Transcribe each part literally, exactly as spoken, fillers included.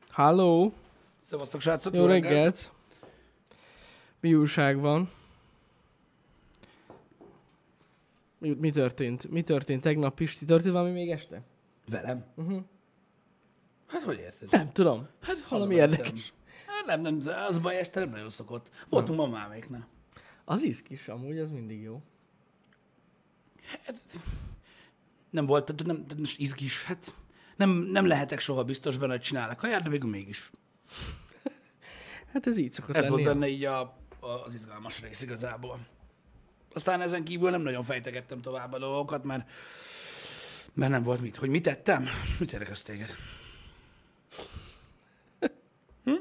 Halló! Szevasztok, srácok! Jó reggelt! Mi újság van? Mi, mi történt? Mi történt tegnap, Pisti? Történt valami még este? Velem? Uh-huh. Hát hogy érted? Nem tudom. Hát Valami hallom, érdekes. Hát nem, nem, az baj, este nem nagyon szokott. Voltunk ma mamáméknál. Az iszkis amúgy, az mindig jó. Hát, nem volt, tehát nem, tehát most izgis, hát nem, nem lehetek soha biztos benne, hogy csinálok kaját, de végül mégis. Hát ez így szokott Ez lenni. volt benne így a, a, az izgalmas rész igazából. Aztán ezen kívül nem nagyon fejtegettem tovább a dolgokat, mert, mert nem volt mit. Hogy mit tettem? Mit érdekel téged? Hm?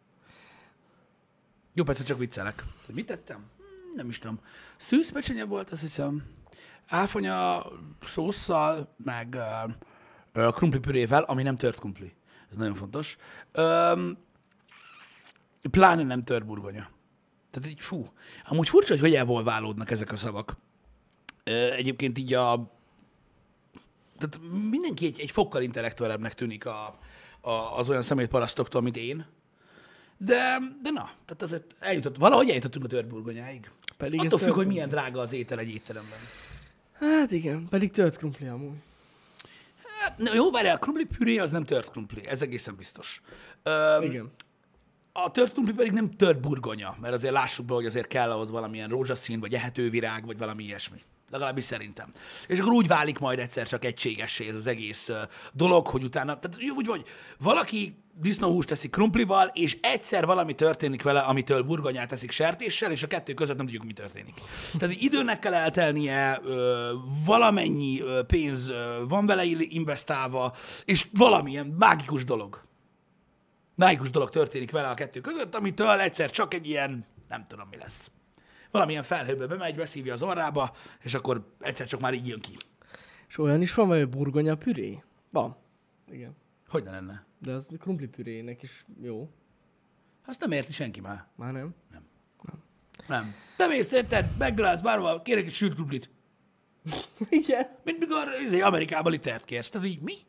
Jó, persze csak viccelek. Hogy mit tettem? Hm, nem is tudom. Szűzpecsenye volt, azt hiszem. Áfonya szósszal, meg uh, uh, krumplipürével, ami nem tört krumpli. Ez nagyon fontos. Um, pláne nem tört burgonya. Tehát így fú. Amúgy furcsa, hogy hogy evolválódnak ezek a szavak. Uh, egyébként így a... Tehát mindenki egy, egy fokkal intellektuálebbnek tűnik a, a, az olyan szemétparasztoktól, mint én. De, de na, tehát azért eljutott, valahogy eljutottunk a tört burgonyáig. Pedig Attól ez függ, hogy tört- milyen drága az étel egy étteremben. Hát igen, pedig tört krumpli amúgy. Hát, na jó, várjál, a krumpli püré az nem tört krumpli, ez egészen biztos. Öm, Igen. A tört krumpli pedig nem tört burgonya, mert azért lássuk be, hogy azért kell ahhoz valamilyen rózsaszín, vagy ehetővirág, vagy valami ilyesmi. Legalábbis szerintem. És akkor úgy válik majd egyszer csak egységessé ez az egész uh, dolog, hogy utána, tehát úgy vagy, valaki disznóhúst teszik krumplival, és egyszer valami történik vele, amitől burgonyát teszik sertéssel, és a kettő között nem tudjuk, mi történik. Tehát így időnek kell eltelnie, ö, valamennyi ö, pénz ö, van vele investálva, és valamilyen mágikus dolog. Mágikus dolog történik vele a kettő között, amitől egyszer csak egy ilyen, nem tudom, mi lesz. Valamilyen felhőbe bemegy, beszívja az orrába, és akkor egyszer csak már így jön ki. És olyan is van, hogy burgonya püré? Van. Igen. Hogy ne lenne? De az krumpli pürének is jó. Azt nem érti senki már. Már nem? Nem. Bemész, érted? McDonald's, bárhol, kérek egy sült krumplit. Igen. Mint mikor izé, Amerikában litert kérsz. Tehát így, mi?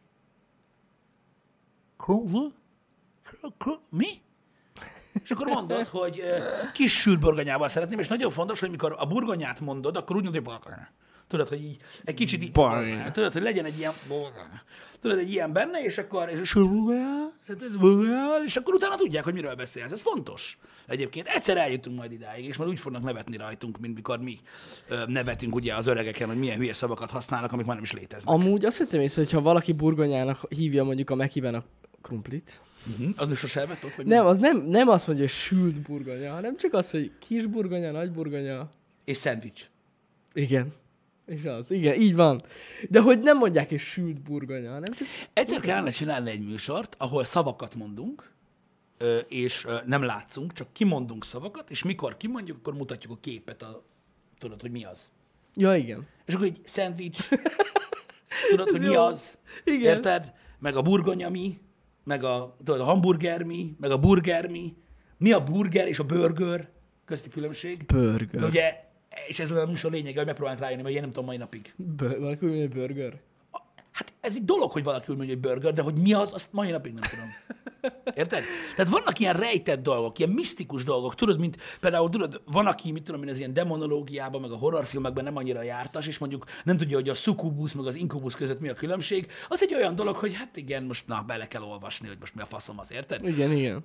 Krumpli? Kru- kru- Mi? És akkor mondod, hogy uh, kis sült burgonyával szeretném, és nagyon fontos, hogy mikor a burgonyát mondod, akkor úgy mondod, hogy burgonya. Tudod, hogy így egy kicsit így, Burgonya. tudod, hogy legyen egy ilyen burgonya. Tudod, egy ilyen benne, és akkor és a sült burgonya, burgonya, és akkor utána tudják, hogy miről beszélsz. Ez fontos. Egyébként egyszer eljutunk majd idáig, és már úgy fognak nevetni rajtunk, mint mikor mi ö, nevetünk ugye az öregeken, hogy milyen hülye szavakat használnak, amik már nem is léteznek. Amúgy azt vettem észre, hogy ha valaki burgonyának hívja mondjuk a Mekiben a krumplit, Uh-huh. Az most sose elvett ott, vagy nem, az nem, nem azt mondja, hogy sült burgonya, hanem csak az, hogy kis burgonya, nagy burgonya. mi? És szendvics. Igen. És az, igen, így van. De hogy nem mondják, hogy sült burgonya, hanem csak... Egyszer kellene csinálni egy műsort, ahol szavakat mondunk, ö, és ö, nem látszunk, csak kimondunk szavakat, és mikor kimondjuk, akkor mutatjuk a képet, a, tudod, hogy mi az. Ja, igen. És akkor így szendvics, tudod, hogy mi jó. az, Igen. érted? Meg a burgonya mi, meg a, tudod, a hamburger mi, meg a burger mi. Mi a burger és a burger közti különbség? Burger. De ugye, és ez a műsor lényege, hogy megpróbálunk rájönni, mert én nem tudom mai napig. Bur- valaki úgy mondja, hogy burger. Hát ez egy dolog, hogy valaki úgy mondja, hogy burger, de hogy mi az, azt mai napig nem tudom. Érted? Tehát vannak ilyen rejtett dolgok, ilyen misztikus dolgok, tudod, mint például, tudod, van, aki, mit tudom én, az ilyen demonológiában, meg a horrorfilmekben nem annyira jártas, és mondjuk nem tudja, hogy a szukubusz, meg az inkubusz között mi a különbség. Az egy olyan dolog, hogy hát igen, most na, bele kell olvasni, hogy most mi a faszom az, érted? Igen, igen.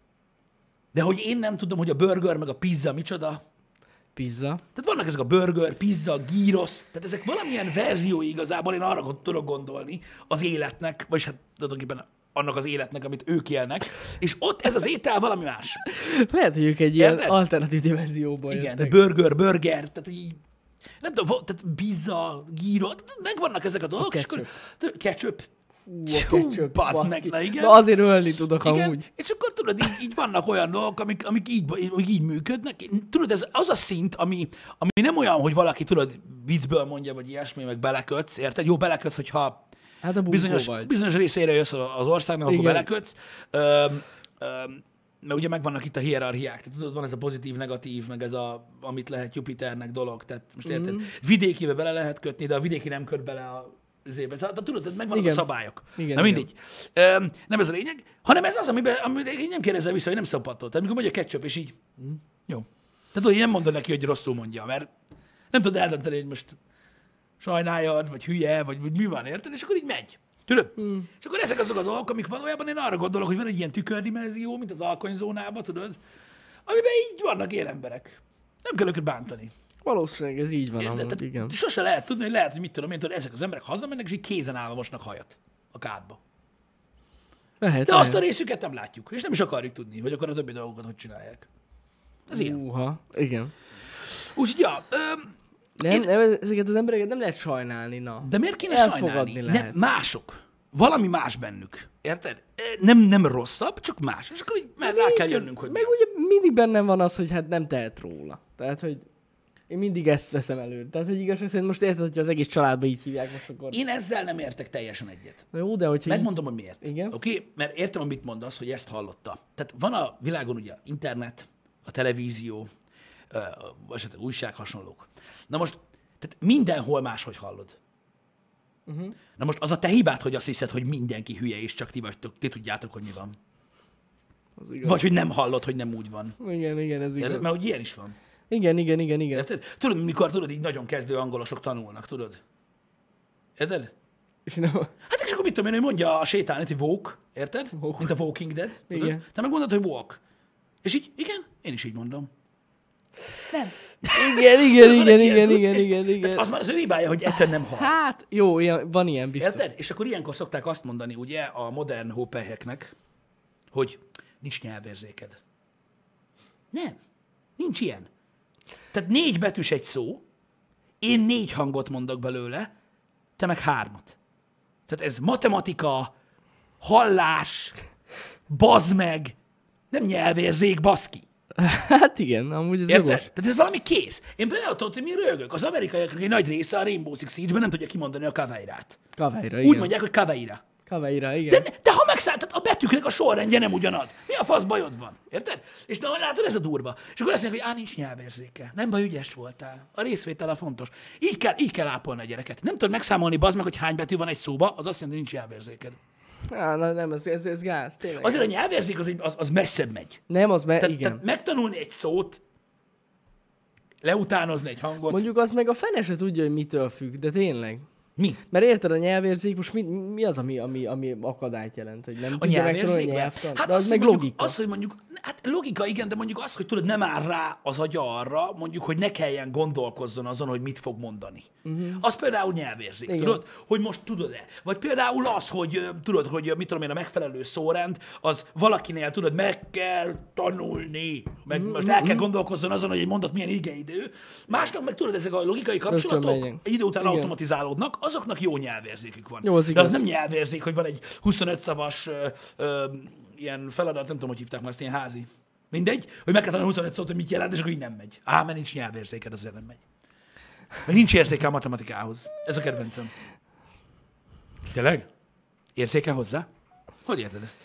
De hogy én nem tudom, hogy a burger, meg a pizza micsoda. Pizza. Tehát vannak ezek a burger, pizza, gyrosz, tehát ezek valamilyen verziói igazából, én arra tudok gondolni az életnek, vagyis hát tulajdonképpen annak az életnek, amit ők élnek, és ott ez az étel valami más. Lehet, hogy ők egy ilyen Érted? alternatív dimenzióban Igen, jöttek. de burger, burger, tehát így, nem tudom, va- tehát pizza, gyro, tehát megvannak ezek a dolgok, A és akkor ketchup. tudod, ketchup, Fú, a Tyú, ketchup, bazd baszki. meg, na igen. Na azért ölni tudok igen, amúgy. és akkor tudod, így, így vannak olyan dolgok, amik, amik így, így, így működnek. Tudod, ez az a szint, ami, ami nem olyan, hogy valaki, tudod, viccből mondja, vagy ilyesmi, meg belekötsz, érted? Jó, belekötsz, hogyha Hát a bunkó bizonyos, vagy. bizonyos részére jössz az országnak, akkor Igen. belekötsz. Öm, öm, mert ugye megvannak itt a hierarchiák, tehát tudod, van ez a pozitív, negatív, meg ez a, amit lehet Jupiternek dolog, tehát most érted, mm. vidékibe bele lehet kötni, de a vidéki nem köt bele a zébe. Tehát tudod, megvannak Igen. a szabályok. Igen, Na mindegy. Öm, nem ez a lényeg, hanem ez az, amiben, amiben így nem kérdezel vissza, hogy nem szopatol. Tehát amikor mondja ketchup, és így, hm, jó. Tehát tudod, így nem mondod neki, hogy rosszul mondja, mert nem tudod eldönteni, hogy most sajnáljad, vagy hülye, vagy, vagy mi van, érted? És akkor így megy. Tudod? Hmm. És akkor ezek azok a dolgok, amik valójában én arra gondolok, hogy van egy ilyen tükördimenzió, mint az alkonyzónában, tudod? Amiben így vannak ilyen emberek. Nem kell őket bántani. Valószínűleg ez így van, Érted? amúgy, Tehát igen. sose lehet tudni, hogy lehet, hogy mit tudom én, tudod, ezek az emberek hazamennek, és így kézen állva mosnak hajat a kádba. Lehet, De lehet. azt a részüket nem látjuk, és nem is akarjuk tudni, hogy akkor a többi dolgokat hogy csinálják. Ez ilyen. Uha, igen. Úgyhogy, ja, öm, Nem, Én- nem, ezeket az embereket nem lehet sajnálni, na. de miért kéne Elfogadni sajnálni? lehet. Nem, mások. Valami más bennük. Érted? Nem, nem rosszabb, csak más. És akkor így már rá kell Nincs, jönnünk, hogy meg mi az. ugye mindig bennem van az, hogy hát nem tehet róla. Tehát, hogy én mindig ezt veszem elő. Tehát, hogy igazság szerint most érted, hogy az egész családba így hívják most akkor. Én ezzel nem értek teljesen egyet. Na jó, de hogyha így... Megmondom, hogy miért. Igen. Oké? Okay? Mert értem, amit mondasz, hogy ezt hallotta. Tehát van a világon ugye internet, a televízió, ö, esetleg újság hasonlók. Na most, tehát mindenhol máshogy hallod. Uh-huh. Na most az a te hibád, hogy azt hiszed, hogy mindenki hülye, és csak ti vagytok, ti tudjátok, hogy mi van. Az igaz. Vagy hogy nem hallod, hogy nem úgy van. Igen, igen, ez igaz. Érted? Mert hogy ilyen is van. Igen, igen, igen, igen. Érted? Tudod, mikor tudod, így nagyon kezdő angolosok tanulnak, tudod? Érted? És nem... Hát és akkor mit tudom én, hogy mondja a sétálni, hogy walk, érted? Walk. Mint a Walking Dead, tudod? Igen. Te meg mondod, hogy walk. És így, igen, én is így mondom. Nem. Igen, igen, Tudod, van igen, egy ilyen igen, cucc, igen, és- igen, tehát igen. az már az ő hibája, hogy egyszer nem hall. Hát, jó, ilyen, van ilyen biztos. Érted? És akkor ilyenkor szokták azt mondani, ugye, a modern hópelyheknek, hogy nincs nyelvérzéked. Nem. Nincs ilyen. Tehát négy betűs egy szó, én négy hangot mondok belőle, te meg hármat. Tehát ez matematika, hallás, bazd meg, nem nyelvérzék, baszki. Hát igen, amúgy ez Érted? jogos. Tehát ez valami kész. Én például tudod, hogy mi rögök. Az amerikaiaknak egy nagy része a Rainbow Six Siege-ben nem tudja kimondani a kaveirát. Kaveira, Úgy igen. mondják, hogy kaveira. Kaveira, igen. De, de ha megszálltad, a betűknek a sorrendje nem ugyanaz. Mi a fasz bajod van? Érted? És na, látod, ez a durva. És akkor azt mondják, hogy á, nincs nyelvérzéke. Nem baj, ügyes voltál. A részvétel a fontos. Így kell, így kell ápolni a gyereket. Nem tudod megszámolni, bazd meg, hogy hány betű van egy szóba, az azt jelenti, hogy nincs nyelvérzéked. Á, na, nem, ez, ez, ez gáz, tényleg. Azért a nyelvérzék az, egy, az, az messzebb megy. Nem, az me, Tehát, igen. tehát megtanulni egy szót, leutánozni egy hangot. Mondjuk azt meg a fene se tudja, hogy mitől függ, de tényleg. Mi? Mert érted, a nyelvérzék most mi, mi az, ami, ami, ami akadályt jelent, hogy nem A tudja megtanulni a nyelvérzékben? nyelvtan? Hát De az az, meg hogy mondjuk, logika. az, hogy mondjuk, hát logika igen, de mondjuk az, hogy tudod, nem áll rá az agya arra, mondjuk, hogy ne kelljen gondolkozzon azon, hogy mit fog mondani. Uh-huh. Az például nyelvérzék, Igen. tudod, hogy most tudod-e. Vagy például az, hogy ö, tudod, hogy ö, mit tudom én, a megfelelő szórend, az valakinél, tudod, meg kell tanulni. Meg uh-huh. most el kell gondolkozzon azon, hogy egy mondat milyen igeidő. Másnak meg tudod, ezek a logikai kapcsolatok megyünk. egy idő után Igen. automatizálódnak, azoknak jó nyelvérzékük van. Jó, az de az igaz. nem nyelvérzék, hogy van egy huszonöt szavas ö, ö, ilyen feladat, nem tudom, hogy hívták már ezt, ilyen házi. Mindegy, hogy meg kell tanulni huszonöt szót, hogy mit jelent, és akkor így nem megy. Á, mert nincs nyelvérzéked, azért nem megy. Meg nincs érzéke a matematikához. Ez a kedvencem. Tényleg? Érzéke hozzá? Hogy érted ezt?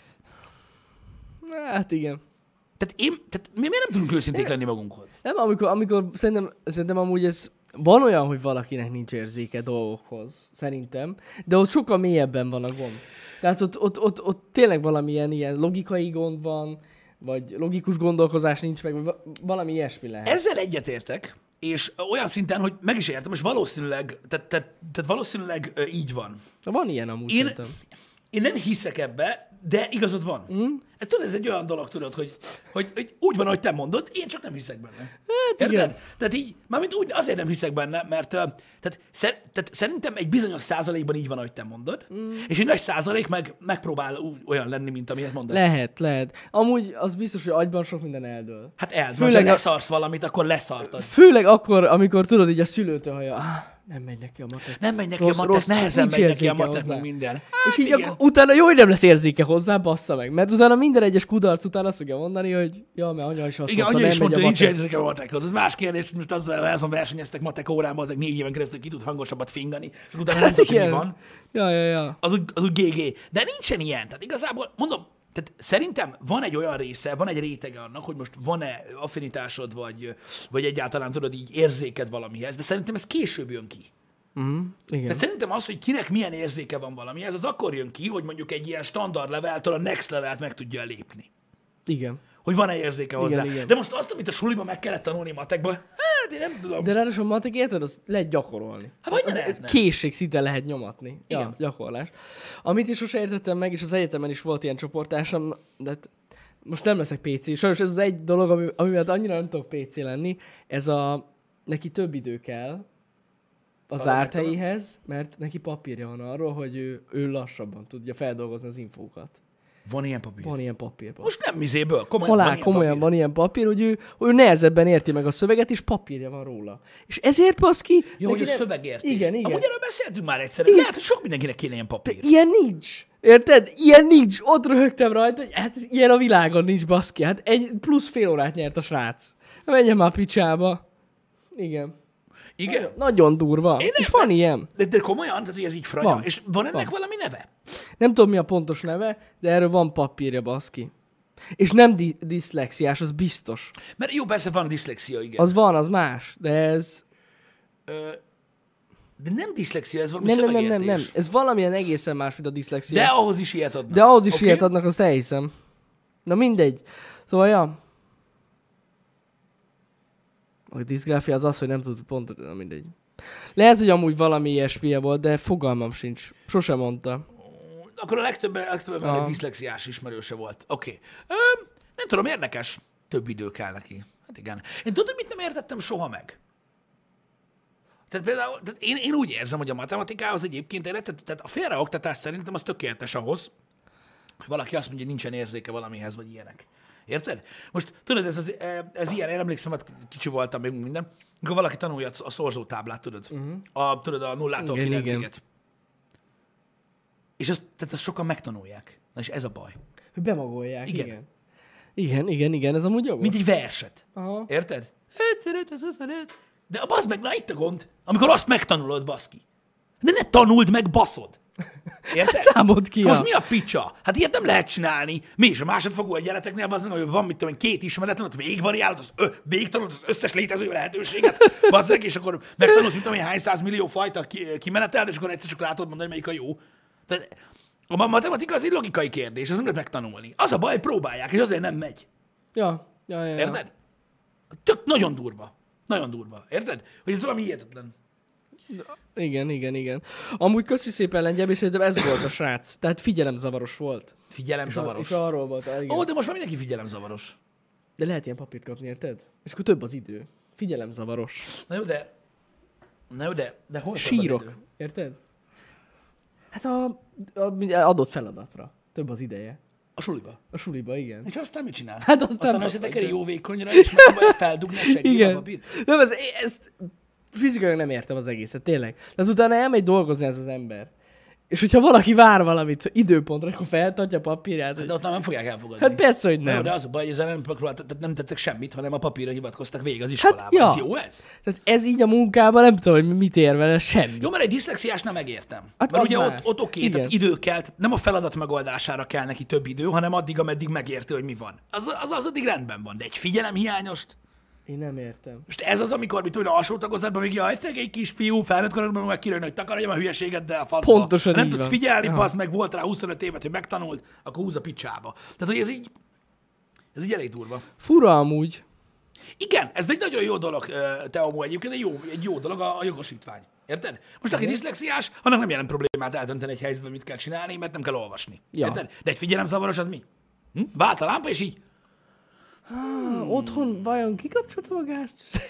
Hát igen. Tehát én, tehát mi miért nem tudunk őszinték lenni magunkhoz? Nem, amikor, amikor szerintem, szerintem amúgy ez van olyan, hogy valakinek nincs érzéke dolgokhoz, szerintem, de ott sokkal mélyebben van a gond. Tehát ott, ott, ott, ott tényleg valamilyen ilyen logikai gond van, vagy logikus gondolkozás nincs meg, vagy va- valami ilyesmi lehet. Ezzel egyetértek, és olyan szinten, hogy meg is értem, és valószínűleg, tehát, tehát, tehát valószínűleg ö, így van. Van ilyen amúgy Én, szerintem. én nem hiszek ebbe, de igazad van. Mm? Ez, tudod, ez egy olyan dolog, tudod, hogy, hogy, hogy úgy van, ahogy te mondod, én csak nem hiszek benne. Hát Érted? igen. Tehát így, mármint úgy azért nem hiszek benne, mert uh, tehát, szer, tehát szerintem egy bizonyos százalékban így van, ahogy te mondod, mm. és egy nagy százalék meg megpróbál úgy, olyan lenni, mint amilyet mondasz. Lehet, lehet. Amúgy az biztos, hogy agyban sok minden eldől. Hát eldől, Főleg ha a- leszarsz valamit, akkor leszartad. Főleg akkor, amikor tudod, így a szülőtől hallja, ah, nem megy neki a matek. Nem megy neki Rossz- a matek, rossz, nehezen nincs megy neki a érzéke matek, hozzá. meg minden. Hát, És így igen. akkor utána jó, hogy nem lesz érzéke hozzá, bassza meg. Mert utána minden egyes kudarc után azt fogja mondani, hogy ja, mert anya is azt Igen, mondta, anya nem is megy mondta, a hogy nincs matek. érzéke a matekhoz. Ez más kérdés, hogy most azzal azon versenyeztek matek órában, azok négy éven keresztül ki tud hangosabbat fingani, és utána nem Hát tudod, hogy mi igen. van. Ja, ja, ja. Az úgy, az úgy gé gé. De nincsen ilyen. Tehát igazából, mondom, tehát szerintem van egy olyan része, van egy rétege annak, hogy most van-e affinitásod, vagy, vagy egyáltalán tudod így érzéked valamihez, de szerintem ez később jön ki. Uh-huh. Igen. Tehát szerintem az, hogy kinek milyen érzéke van valamihez, az akkor jön ki, hogy mondjuk egy ilyen standard leveltől a next levelt meg tudja lépni. Igen. Hogy van-e érzéke hozzá. Igen, igen. De most azt, amit a suliban meg kellett tanulni matekban, hát én nem tudom. De ráadásul matek, érted, az lehet gyakorolni. Hát vagy az lehetne. készség szinte lehet nyomatni. Igen. Ja, gyakorlás. Amit is sose értettem meg, és az egyetemen is volt ilyen csoporttársam, de hát most nem leszek pé cé. Sajnos ez az egy dolog, ami, ami miatt annyira nem tudok pé cé lenni. Ez a... Neki több idő kell a zárt helyéhez, mert neki papírja van arról, hogy ő, ő lassabban tudja feldolgozni az infókat. Van ilyen papír? Van ilyen papír. Most nem mizéből, komolyan Halál, van ilyen komolyan papír. van ilyen papír, hogy ő, hogy ő nehezebben érti meg a szöveget, és papírja van róla. És ezért baszki... Jó, hogy a nem- szövegértés. Igen, igen. Amúgy erről beszéltünk már egyszer. Lehet, hogy sok mindenkinek kéne ilyen papír. Ilyen nincs. Érted? Ilyen nincs. Ott röhögtem rajta, hogy hát ez ilyen a világon nincs, baszki. Hát egy plusz fél órát nyert a srác. Menjen már picsába. Igen. Igen? Nagyon, nagyon durva. Én És nem- van ilyen. De, de komolyan? Tehát, hogy ez így franya? Van. És van ennek Van. valami neve? Nem tudom, mi a pontos neve, de erről van papírja, baszki. És nem di- diszlexiás, az biztos. Mert jó, persze van diszlexia, igen. Az van, az más, de ez... Ö, de nem diszlexia, ez valami Nem, nem, nem, nem, szövegértés. nem. Ez valamilyen egészen más, mint a diszlexia. De ahhoz is ilyet adnak. De ahhoz is Oké? ilyet adnak, azt elhiszem. Na mindegy. Szóval, ja. A diszgráfia az az, hogy nem tud pontot, na mindegy. Lehet, hogy amúgy valami ilyesmije volt, de fogalmam sincs. Sose mondta. Akkor a legtöbben, legtöbben Aha. egy diszlexiás ismerőse volt. Oké. Okay. Nem tudom, érdekes. Több idő kell neki. Hát igen. Én tudod, mit nem értettem soha meg? Tehát például tehát én, én úgy érzem, hogy a matematikához egyébként, érted? Tehát a félreoktatás szerintem az tökéletes ahhoz, hogy valaki azt mondja, hogy nincsen érzéke valamihez, vagy ilyenek. Érted? Most tudod, ez, az, ez ilyen, én emlékszem, hogy kicsi voltam még minden, amikor valaki tanulja a szorzótáblát, tudod? Uh-huh. A, tudod, a nullától Igen, igen. kilenciget. És azt, tehát azt sokan megtanulják. Na és ez a baj. Hogy bemagolják, Igen. igen. Igen, igen, igen, ez amúgy jogos. Mint egy verset. Aha. Érted? De a bazd meg, na itt a gond, amikor azt megtanulod, baszki. De ne tanuld meg, baszod. Érted? Számold ki Most a... mi a picsa? Hát ilyet nem lehet csinálni. Mi is a másodfokú egyenleteknél, bazd meg, hogy van, mit tudom, én, két ismeretlen, ott végigvariálod, az, ö, végigtanulod az összes létező lehetőséget, bazd meg, és akkor megtanulsz, mit tudom én, hány százmillió fajta ki, kimenetelt, és akkor egyszer csak rá tudod mondani, melyik a jó. Tehát a matematika az egy logikai kérdés, az nem lehet megtanulni. Az a baj, hogy próbálják, és azért nem megy. Ja, ja, ja. ja. Érted? Tök nagyon durva. Nagyon durva. Érted? Hogy ez valami hihetetlen. Igen, igen, igen. Amúgy köszi szépen, Lengyel, és szerintem ez volt a srác. Tehát figyelemzavaros volt. Figyelemzavaros. És arról volt, igen. Ó, de most már mindenki figyelemzavaros. De lehet ilyen papírt kapni, érted? És akkor több az idő. Figyelemzavaros. Na jó, de... Na jó, de... de hol több az Sírok, idő? érted? Hát a, a adott feladatra. Több az ideje. A suliba. A suliba, igen. És aztán mit csinál? Hát aztán aztán azt összetekeri mondja. jó vékonyra, és megpróbálja feldugni a seggébe a Igen. papírt. Nem, ez, ezt fizikailag nem értem az egészet, tényleg. De azután elmegy dolgozni ez az ember. És hogyha valaki vár valamit időpontra, akkor feltartja a papírját. Hogy... De ott nem fogják elfogadni. Hát persze, hogy Na jó, nem. de az a baj, hogy ezzel nem, próbált- nem tettek semmit, hanem a papírra hivatkoztak végig az iskolában. Hát, ja. Ez jó ez? Tehát ez így a munkában nem tudom, hogy mit ér vele, semmi. Jó, mert egy diszlexiás nem megértem. Hát Mert az ugye más. ott, ott oké, Igen. tehát idő kell, tehát nem a feladat megoldására kell neki több idő, hanem addig, ameddig megérti, hogy mi van. Az, az, az addig rendben van, de egy figyelemhiányost, Én nem értem. most ez az, amikor, mit tudom, alsó tagozatban még jaj, szegény kisfiú, felnőtt korokban meg kirőjön, hogy takarodjam a hülyeséget, de a faszba. Pontosan Ha nem így tudsz van. figyelni, Aha. bazd meg, volt rá huszonöt évet, hogy megtanult, akkor húz a picsába. Tehát, hogy ez így, ez így elég durva. Fura amúgy. Igen, ez egy nagyon jó dolog, ö, Teomó, egyébként egy jó, egy jó dolog a, a jogosítvány. Érted? Most aki diszlexiás, annak nem jelent problémát eldönteni egy helyzetben, mit kell csinálni, mert nem kell olvasni. Ja. Érted? De egy figyelemzavaros az mi? Hm? Vált a lámpa, és így. Ah, otthon vajon kikapcsoltam a gázt?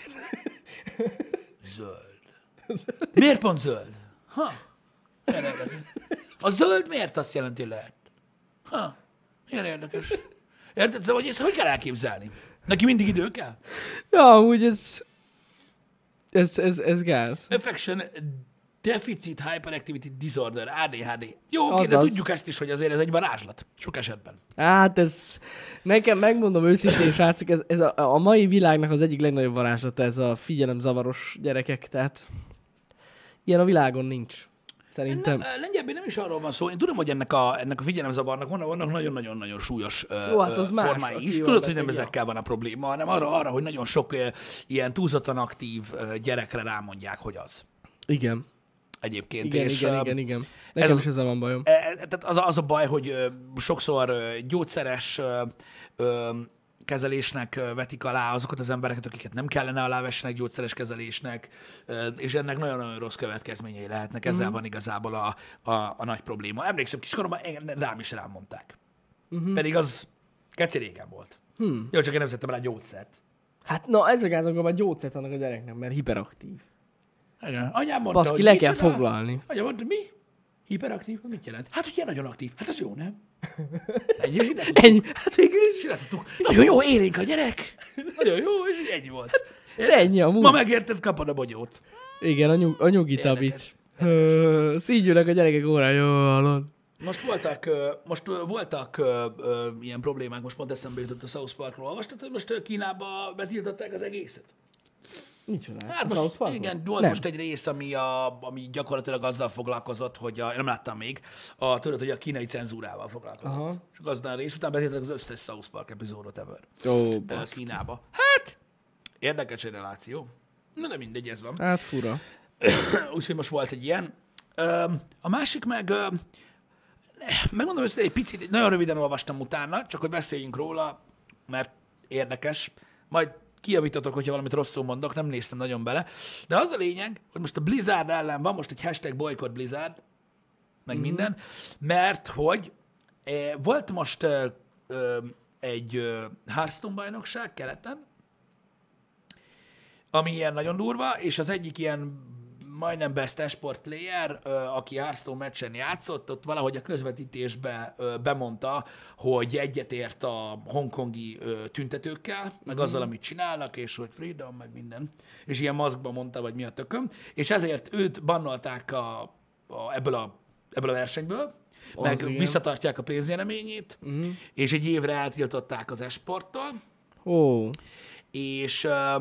Zöld. Miért pont zöld? Ha. Milyen érdekes. A zöld miért azt jelenti, hogy lehet? Ha. Milyen érdekes. Érted? Szóval, hogy ezt hogy kell elképzelni? Neki mindig idő kell? Ja, amúgy ez... Ez, ez, ez gáz. Affection Deficit Hyperactivity Disorder, á dé há dé. Jó, oké, de Azaz. tudjuk ezt is, hogy azért ez egy varázslat. Sok esetben. Hát ez... Nekem megmondom őszintén, srácok, ez, ez a, a mai világnak az egyik legnagyobb varázslata, ez a figyelemzavaros gyerekek, tehát... Ilyen a világon nincs. Szerintem. Nem, Lengyelben nem is arról van szó. Én tudom, hogy ennek a, ennek a figyelemzavarnak vannak, vannak nagyon-nagyon-nagyon súlyos Jó, hát az ö, más, formái aki is. van Tudod, hogy beteg, nem ja. ezekkel van a probléma, hanem arra, arra hogy nagyon sok ö, ilyen túlzottan aktív ö, gyerekre rámondják, hogy az. Igen. egyébként. Igen, és, igen, ö, igen, igen. Nekem ez- is ezzel van bajom. E, e- tehát az, a- az a baj, hogy ö, sokszor ö, gyógyszeres ö, ö, kezelésnek ö, vetik alá azokat az embereket, akiket nem kellene alávessenek gyógyszeres kezelésnek, ö, és ennek nagyon-nagyon rossz következményei lehetnek. Ezzel mm-hmm. van igazából a, a, a nagy probléma. Emlékszem, kiskoromban engem- rám is rám mondták. Mm-hmm. Pedig az keci régen volt. Hmm. Jó, csak én nem szedtem rá gyógyszert. Hát na, ez a gáz, akkor már gyógyszert annak a gyereknek, mert hiperaktív. Igen. Anyám mondta, Baszki, hogy le mit kell csinál? foglalni. Anyám mondta, mi? Hiperaktív? Mit jelent? Hát, hogy ilyen nagyon aktív. Hát az jó, nem? Ennyi, és így letudtuk. Ennyi, hát végül is. És így letudtuk. Nagyon jó, élénk a gyerek. Nagyon jó, és így ennyi volt. De ennyi amúgy. Ma megérted, kapod a bogyót. Igen, a, nyug, a nyugi tabit. Ö, Szígyülnek a gyerekek órán, jó hallod. Most voltak, ö, most ö, voltak ö, ö, ilyen problémák, most pont eszembe jutott a South Parkról. Olvastad, hogy most ö, Kínába betiltották az egészet? Micsoda? Hát A most, South Parkon? igen, volt Nem. most egy rész, ami, a, ami gyakorlatilag azzal foglalkozott, hogy a, én nem láttam még, a, tudod, hogy a kínai cenzúrával foglalkozott. Aha. És aztán a rész után betiltották az összes South Park epizódot ever. Ó, Ö, baszki. Kínába. Hát, érdekes egy reláció. Na de mindegy, ez van. Hát fura. Úgyhogy most volt egy ilyen. Ö, a másik meg, ö, megmondom össze, egy picit, nagyon röviden olvastam utána, csak hogy beszéljünk róla, mert érdekes. Majd kijavítatok, hogyha valamit rosszul mondok, nem néztem nagyon bele. De az a lényeg, hogy most a Blizzard ellen van, most egy hashtag boycott Blizzard, meg mm-hmm. minden, mert hogy eh, volt most eh, eh, egy eh, Hearthstone bajnokság keleten, ami ilyen nagyon durva, és az egyik ilyen majdnem best esport player, ö, aki Hearthstone meccsen játszott, ott valahogy a közvetítésbe ö, bemondta, hogy egyetért a hongkongi ö, tüntetőkkel, meg mm-hmm. azzal, amit csinálnak, és hogy freedom, meg minden. És ilyen maszkban mondta, vagy mi a tököm. És ezért őt bannolták a, a, ebből, a, ebből a versenyből, az meg igen. visszatartják a pénznyereményét, mm-hmm. és egy évre eltiltották az esporttól. Ó. És... Ö,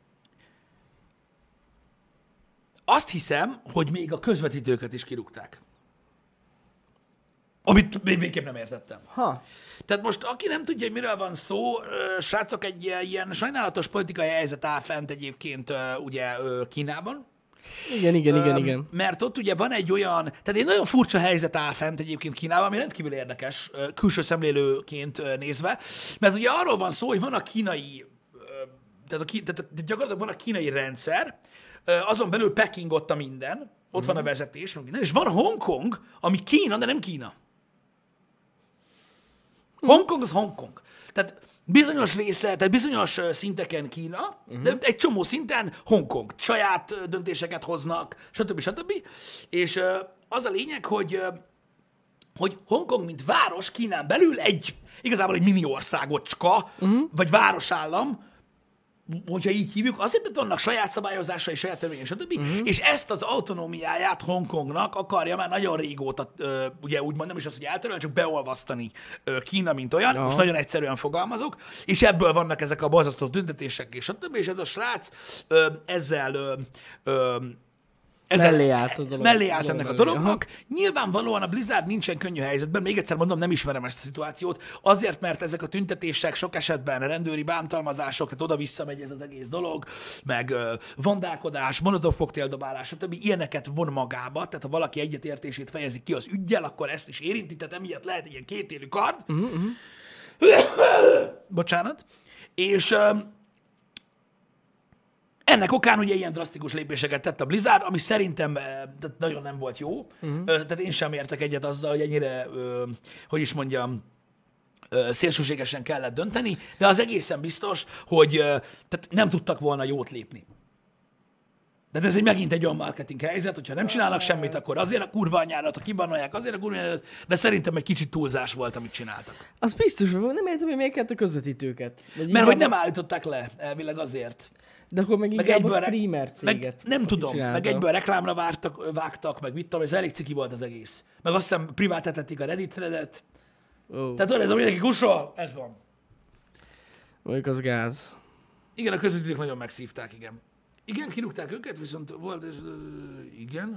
azt hiszem, hogy még a közvetítőket is kirúgták. Amit még végképp nem értettem. Ha. Tehát most, aki nem tudja, hogy miről van szó, ö, srácok, egy ilyen sajnálatos politikai helyzet áll fent egyébként ö, ugye ö, Kínában. Igen, igen, igen, Öm, igen. Mert ott ugye van egy olyan, tehát egy nagyon furcsa helyzet áll fent egyébként Kínában, ami rendkívül érdekes, ö, külső szemlélőként ö, nézve, mert ugye arról van szó, hogy van a kínai, ö, tehát, a, ki- tehát gyakorlatilag van a kínai rendszer, azon belül Peking ott a minden, ott mm. van a vezetés, meg minden, és van Hongkong, ami Kína, de nem Kína. Mm. Hongkong az Hongkong. Tehát bizonyos része, tehát bizonyos szinteken Kína, mm. de egy csomó szinten Hongkong. Saját döntéseket hoznak, stb. stb. És az a lényeg, hogy, hogy Hongkong, mint város Kínán belül egy, igazából egy mini országocska, mm. vagy városállam, hogyha így hívjuk, azért, mert vannak saját szabályozásai, saját törvények, stb. Uh-huh. És ezt az autonómiáját Hongkongnak akarja már nagyon régóta, ö, ugye úgymond nem is az, hogy eltörölni, csak beolvasztani ö, Kína, mint olyan, most nagyon egyszerűen fogalmazok, és ebből vannak ezek a borzasztó tüntetések, és stb. És ez a srác ö, ezzel ö, ö, Ezzel, mellé állt, a dolog, mellé állt ennek mellé. a dolognak. Aha. Nyilvánvalóan a Blizzard nincsen könnyű helyzetben, még egyszer mondom, nem ismerem ezt a szituációt, azért, mert ezek a tüntetések sok esetben rendőri bántalmazások, tehát oda-vissza megy ez az egész dolog, meg ö, vandálkodás, molotov koktéldobálás, stb. Ilyeneket von magába, tehát ha valaki egyetértését fejezik ki az üggyel, akkor ezt is érinti, tehát emiatt lehet ilyen kétélű kard. Uh-huh. Bocsánat. És... Ö, ennek okán ugye ilyen drasztikus lépéseket tett a Blizzard, ami szerintem tehát nagyon nem volt jó. Uh-huh. Tehát én sem értek egyet azzal, hogy ennyire, hogy is mondjam, szélsőségesen kellett dönteni, de az egészen biztos, hogy tehát nem tudtak volna jót lépni. De ez egy megint egy olyan marketing helyzet, hogyha nem csinálnak semmit, akkor azért a kurva anyárat, ha kibannolják, azért a kurva anyárat, de szerintem egy kicsit túlzás volt, amit csináltak. Az biztos, hogy nem értem, hogy miért kellett a közvetítőket. Vagy Mert hogy nem állították le, elvileg azért. De akkor meg inkább meg a streamer céget. Meg, nem tudom, csinálta. Meg egyből reklámra vártak, vágtak, meg mit tudom, ez elég ciki volt az egész. Meg azt hiszem privátetették a Reddit threadet. Oh. Tehát ez a mindenki kussol, ez van. Mondjuk az gáz. Igen, a közvetítők nagyon megszívták, igen. Igen, kirúgták őket, viszont volt, és, uh, igen.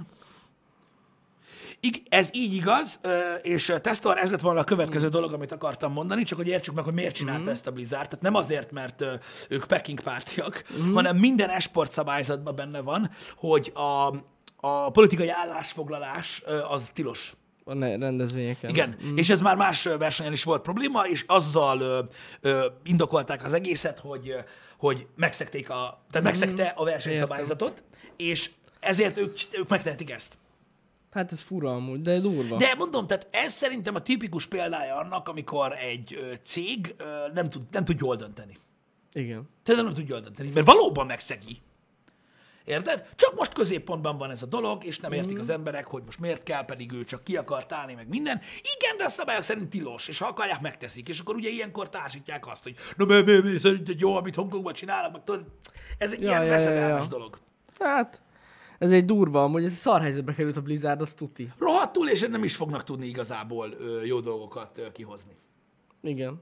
I- ez így igaz, és Testor, ez lett volna a következő mm. dolog, amit akartam mondani, csak hogy értsük meg, hogy miért csinálta mm. ezt a Blizzard. Tehát nem azért, mert ők Peking pártiak, mm. hanem minden esport szabályzatban benne van, hogy a, a politikai állásfoglalás ö, az tilos. A ne- rendezvényeken. Igen, mm. és ez már más versenyen is volt probléma, és azzal ö, ö, indokolták az egészet, hogy, ö, hogy megszekték a, tehát mm. megszegte a versenyszabályzatot, és ezért ők, ők megtehetik ezt. Hát ez fura amúgy, de durva. De mondom, tehát ez szerintem a tipikus példája annak, amikor egy ö, cég ö, nem, tud, nem tud jól dönteni. Igen. Tehát nem tud jól dönteni, mert valóban megszegi. Érted? Csak most középpontban van ez a dolog, és nem értik mm. az emberek, hogy most miért kell, pedig ő csak ki akart állni, meg minden. Igen, de a szabályok szerint tilos, és ha akarják, megteszik. És akkor ugye ilyenkor társítják azt, hogy na mi, mi, mi, szerinted jó, amit Hongkongban csinálnak, meg tudod, ez egy ja, ilyen ja, veszedelmes ja, ja. dolog. Hát, ez egy durva, amúgy ez szar helyzetbe került a Blizzard, az tuti. Rohadtul, és nem is fognak tudni igazából ö, jó dolgokat ö, kihozni. Igen.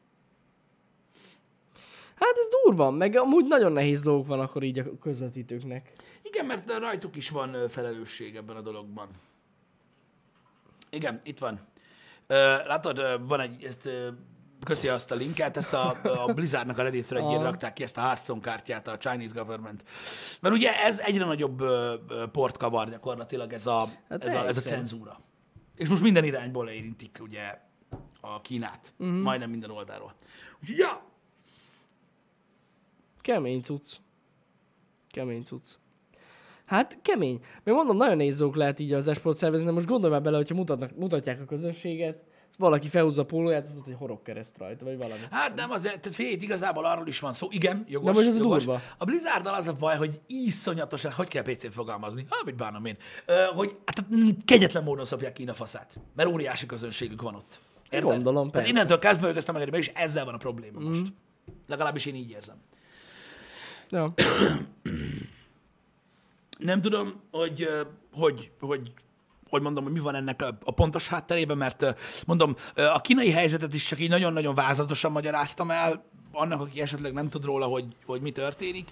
Hát ez durva, meg amúgy nagyon nehéz dolgok van akkor így a közvetítőknek. Igen, mert rajtuk is van ö, felelősség ebben a dologban. Igen, itt van. Ö, látod, ö, van egy, ezt, ö, köszi azt a linket, ezt a, a Blizzardnak a Reddit threadjén rakták ki ezt a Hearthstone kártyát, a Chinese Government. Mert ugye ez egyre nagyobb ö, ö, port kavar gyakorlatilag ez a, hát ez, a, ez a cenzúra. És most minden irányból érintik ugye a Kínát, uh-huh. majdnem minden oldalról. Úgyhogy ja, kemény cucc. Kemény cucc. Hát kemény. Meg mondom, nagyon nehéz dolgok lehet így az esport szervezni, de most gondolj már bele, hogyha mutatnak, mutatják a közönséget, valaki felhúzza a pólóját, az ott egy horogkereszt rajta, vagy valami. Hát nem azért, tehát fél, igazából arról is van szó. Igen, jogos, de most ez jogos. Durva. A Blizzarddal az a baj, hogy iszonyatosan, hogy kell pé cén fogalmazni, ah, mit bánom én, uh, hogy hát, kegyetlen módon szopják ki a faszát, mert óriási közönségük van ott. Érted? Gondolom, persze. Tehát innentől kezdve ők ezt nem engedni, és ezzel van a probléma mm. most. Legalábbis én így érzem. Ja. Nem tudom, hogy, hogy, hogy, hogy mondom, hogy mi van ennek a, a pontos hátterében, mert mondom, a kínai helyzetet is csak így nagyon-nagyon vázlatosan magyaráztam el, annak, aki esetleg nem tud róla, hogy, hogy mi történik.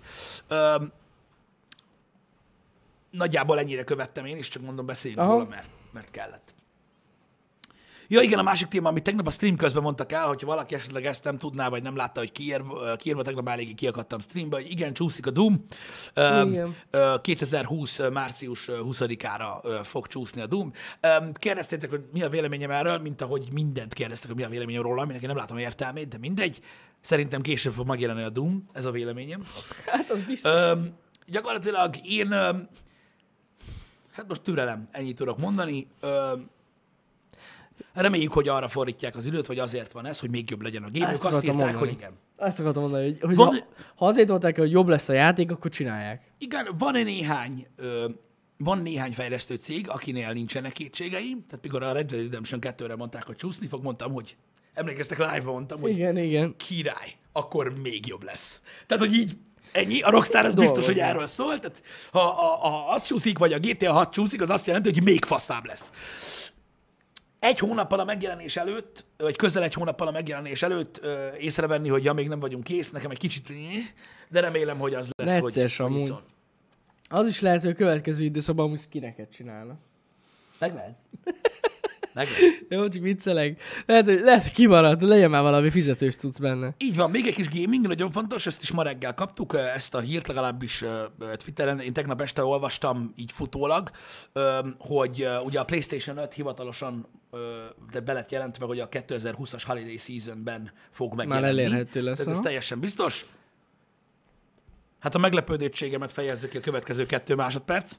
Nagyjából ennyire követtem én is, csak mondom, beszéljünk róla, mert, mert kellett. Ja igen, a másik téma, amit tegnap a stream közben mondtak el, hogyha valaki esetleg ezt nem tudná, vagy nem látta, hogy kiírva, kiírva tegnap eléggé kiakadtam streambe, hogy igen, csúszik a Doom. Igen. kétezer-húsz március huszadikára fog csúszni a Doom. Kérdeztétek, hogy mi a véleményem erről, mint ahogy mindent kérdeztek, hogy mi a véleményem róla, aminek nem látom értelmét, de mindegy. Szerintem később fog megjelenni a Doom, ez a véleményem. Hát az biztos. Um, gyakorlatilag én, um, hát most türelem, ennyit tudok mondani. Um, Reméljük, hogy arra fordítják az időt, vagy azért van ez, hogy még jobb legyen a game. Ők azt írták, mondani. hogy igen. Azt akartam mondani, hogy, hogy van, ha, ha azért volták, hogy jobb lesz a játék, akkor csinálják. Igen, van-e néhány, ö, van néhány fejlesztő cég, akinél nincsenek kétségeim. Tehát mikor a Red Dead Redemption kettőre mondták, hogy csúszni fog, mondtam, hogy emlékeztek, live-ban mondtam, hogy igen, igen. király, akkor még jobb lesz. Tehát, hogy így ennyi, a Rockstar az biztos, hogy erről szól. Tehát, ha, ha, ha az csúszik, vagy a gé té á hat csúszik, az azt jelenti, hogy még faszább lesz. Egy hónappal a megjelenés előtt, vagy közel egy hónappal a megjelenés előtt ö, észrevenni, hogy ja, még nem vagyunk kész, nekem egy kicsit, de remélem, hogy az lesz, Necces, hogy... Amúgy. Az is lehet, hogy a következő időszakban amúgy skineket csinálna. Meg lehet. Meg lehet. Jó, csak viccelek. Lehet, hogy lesz kimaradt, legyen már valami fizetős tudsz benne. Így van, még egy kis gaming, nagyon fontos, ezt is ma reggel kaptuk, ezt a hírt legalábbis Twitteren, én tegnap este olvastam így futólag, hogy ugye a PlayStation öt hivatalosan de be lett jelentve, hogy a kétezer-húszas Holiday Seasonben fog megjelenni. Már elérhető lesz. Tehát ez teljesen biztos. Hát a meglepődöttségemet fejezze ki a következő kettő másodperc.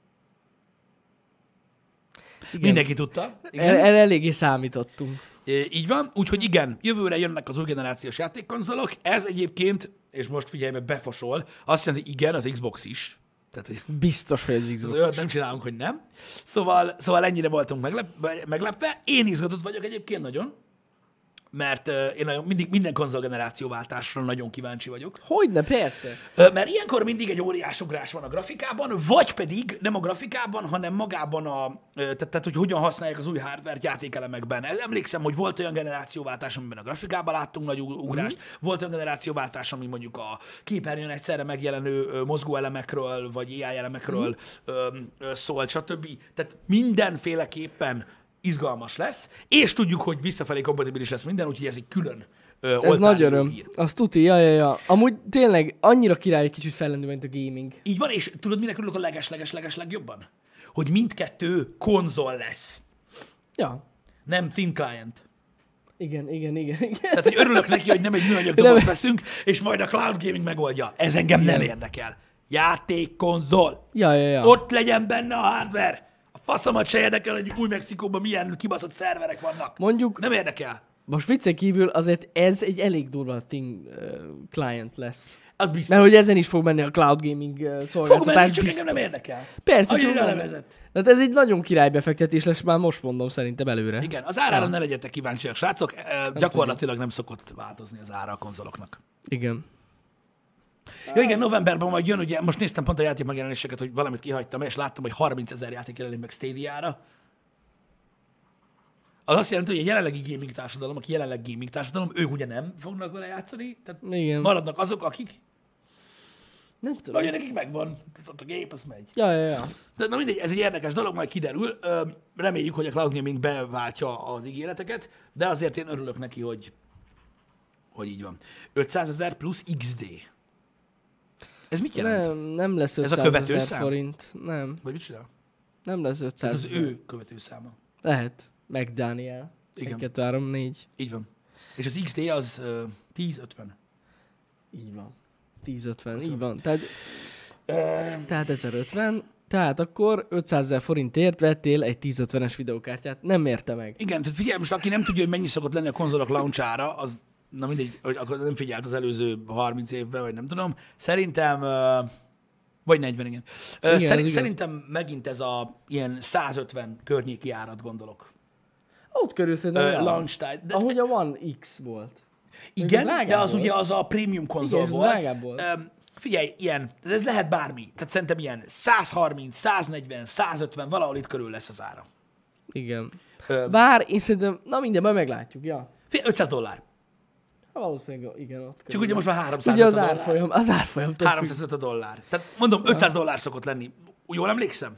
Igen. Mindenki tudta. Igen. Erre eléggé számítottunk. É, így van, úgyhogy igen, jövőre jönnek az új generációs játékkonzolok. Ez egyébként, és most figyelj, mert befosol, azt jelenti, hogy igen, az Xbox is. Tehát, hogy biztos, hogy az Xbox olyat nem csinálunk, hogy nem. Szóval, szóval ennyire voltunk meglep- meglepve. Én izgatott vagyok egyébként nagyon, mert uh, én nagyon, mindig minden konzolgenerációváltásra nagyon kíváncsi vagyok. Hogyne, persze. Uh, mert ilyenkor mindig egy óriás ugrás van a grafikában, vagy pedig nem a grafikában, hanem magában a, uh, tehát, tehát hogy hogyan használják az új hardware-t játékelemekben. Emlékszem, hogy volt olyan generációváltás, amiben a grafikában láttunk nagy ugrást, mm-hmm. volt olyan generációváltás, ami mondjuk a képernyőn egyszerre megjelenő uh, mozgóelemekről, vagy á i elemekről mm-hmm. uh, uh, szólt, stb. Tehát mindenféleképpen izgalmas lesz, és tudjuk, hogy visszafelé kompatibilis lesz minden, úgyhogy ez egy külön ö, Ez nagy oltári öröm. hír. Az tuti, ja, ja, ja. Amúgy tényleg annyira király egy kicsit fellendül, mint a gaming. Így van, és tudod, minek örülök a leges-leges-leges legjobban? Hogy mindkettő konzol lesz, Ja. nem thin client. Igen, igen, igen, igen. Tehát, hogy örülök neki, hogy nem egy műanyag dobozt veszünk, és majd a cloud gaming megoldja. Ez engem nem érdekel. Játék, konzol. Ja, ja, ja. Ott legyen benne a hardware. A faszomat se érdekel, hogy Új-Mexikóban milyen kibaszott szerverek vannak. Mondjuk, Nem érdekel. most viccen kívül azért ez egy elég durva thing uh, client lesz. Az biztos. Mert hogy ezen is fog menni a cloud gaming uh, Fogom szolgáltatás. menni, csak biztos. engem nem érdekel. Persze, Annyira csak levezet. Tehát ez egy nagyon királybefektetés lesz, már most mondom szerintem előre. Igen, az árára ne legyetek kíváncsiak, srácok. E, Gyakorlatilag nem szokott változni az ára a konzoloknak. Igen. Ja igen, novemberben majd jön, ugye most néztem pont a játék megjelenéseket, hogy valamit kihagytam, és láttam, hogy harmincezer játék jelenik meg Stadia-ra. Az azt jelenti, hogy a jelenlegi gaming társadalom, aki jelenleg gaming társadalom, ők ugye nem fognak vele játszani, tehát Igen. maradnak azok, akik, Nem tudom. vagy nekik megvan, ott a gép, az megy. Ja, ja, ja. De na mindegy, ez egy érdekes dolog, majd kiderül. Ö, reméljük, hogy a cloud gaming beváltja az ígéreteket, de azért én örülök neki, hogy, hogy így van. ötszázezer plusz iksz dé. Ez mit jelent? Nem, nem lesz Ez a ötszázezer követőszám? forint. Nem, Vagy mit csinál? nem lesz Ez ötszázezer. az ő követőszáma. Lehet. Meg Daniel. Igen. egy, kettő, három, négy. Így van. És az iksz dé az uh, tíz ötven. Így van. tíz ötven, így van. Tehát, Uh, tehát ezerötven. Tehát akkor ötszázezer forintért vettél egy tíz ötvenes videókártyát. Nem érte meg. igen, tehát figyelj, most aki nem tudja, hogy mennyi szokott lenni a konzolok launchára, az na mindegy, hogy akkor nem figyelt az előző harminc évben, vagy nem tudom. Szerintem, uh, vagy negyven, igen. Uh, Igen, szerint, igen. szerintem megint ez a ilyen százötven környéki árat gondolok. Ott körül szerintem. Uh, ja. launch time. De, Ahogy a One X volt. igen, drágább de az volt. ugye az a premium konzol Igen, és az volt. drágább volt. Um, figyelj, ilyen, de ez lehet bármi. Tehát szerintem ilyen százharminc, száznegyven, százötven, valahol itt körül lesz az ára. Igen. Ö, Bár én szerintem, na minden, majd meglátjuk, ja. Figyelj, ötszáz dollár. Ha valószínűleg igen, ott Csak körül. ugye most már háromszáz Ugye az dollár. árfolyam, az árfolyamtól függ. háromszázöt dollár. Tehát mondom, ötszáz dollár szokott lenni. Jól emlékszem?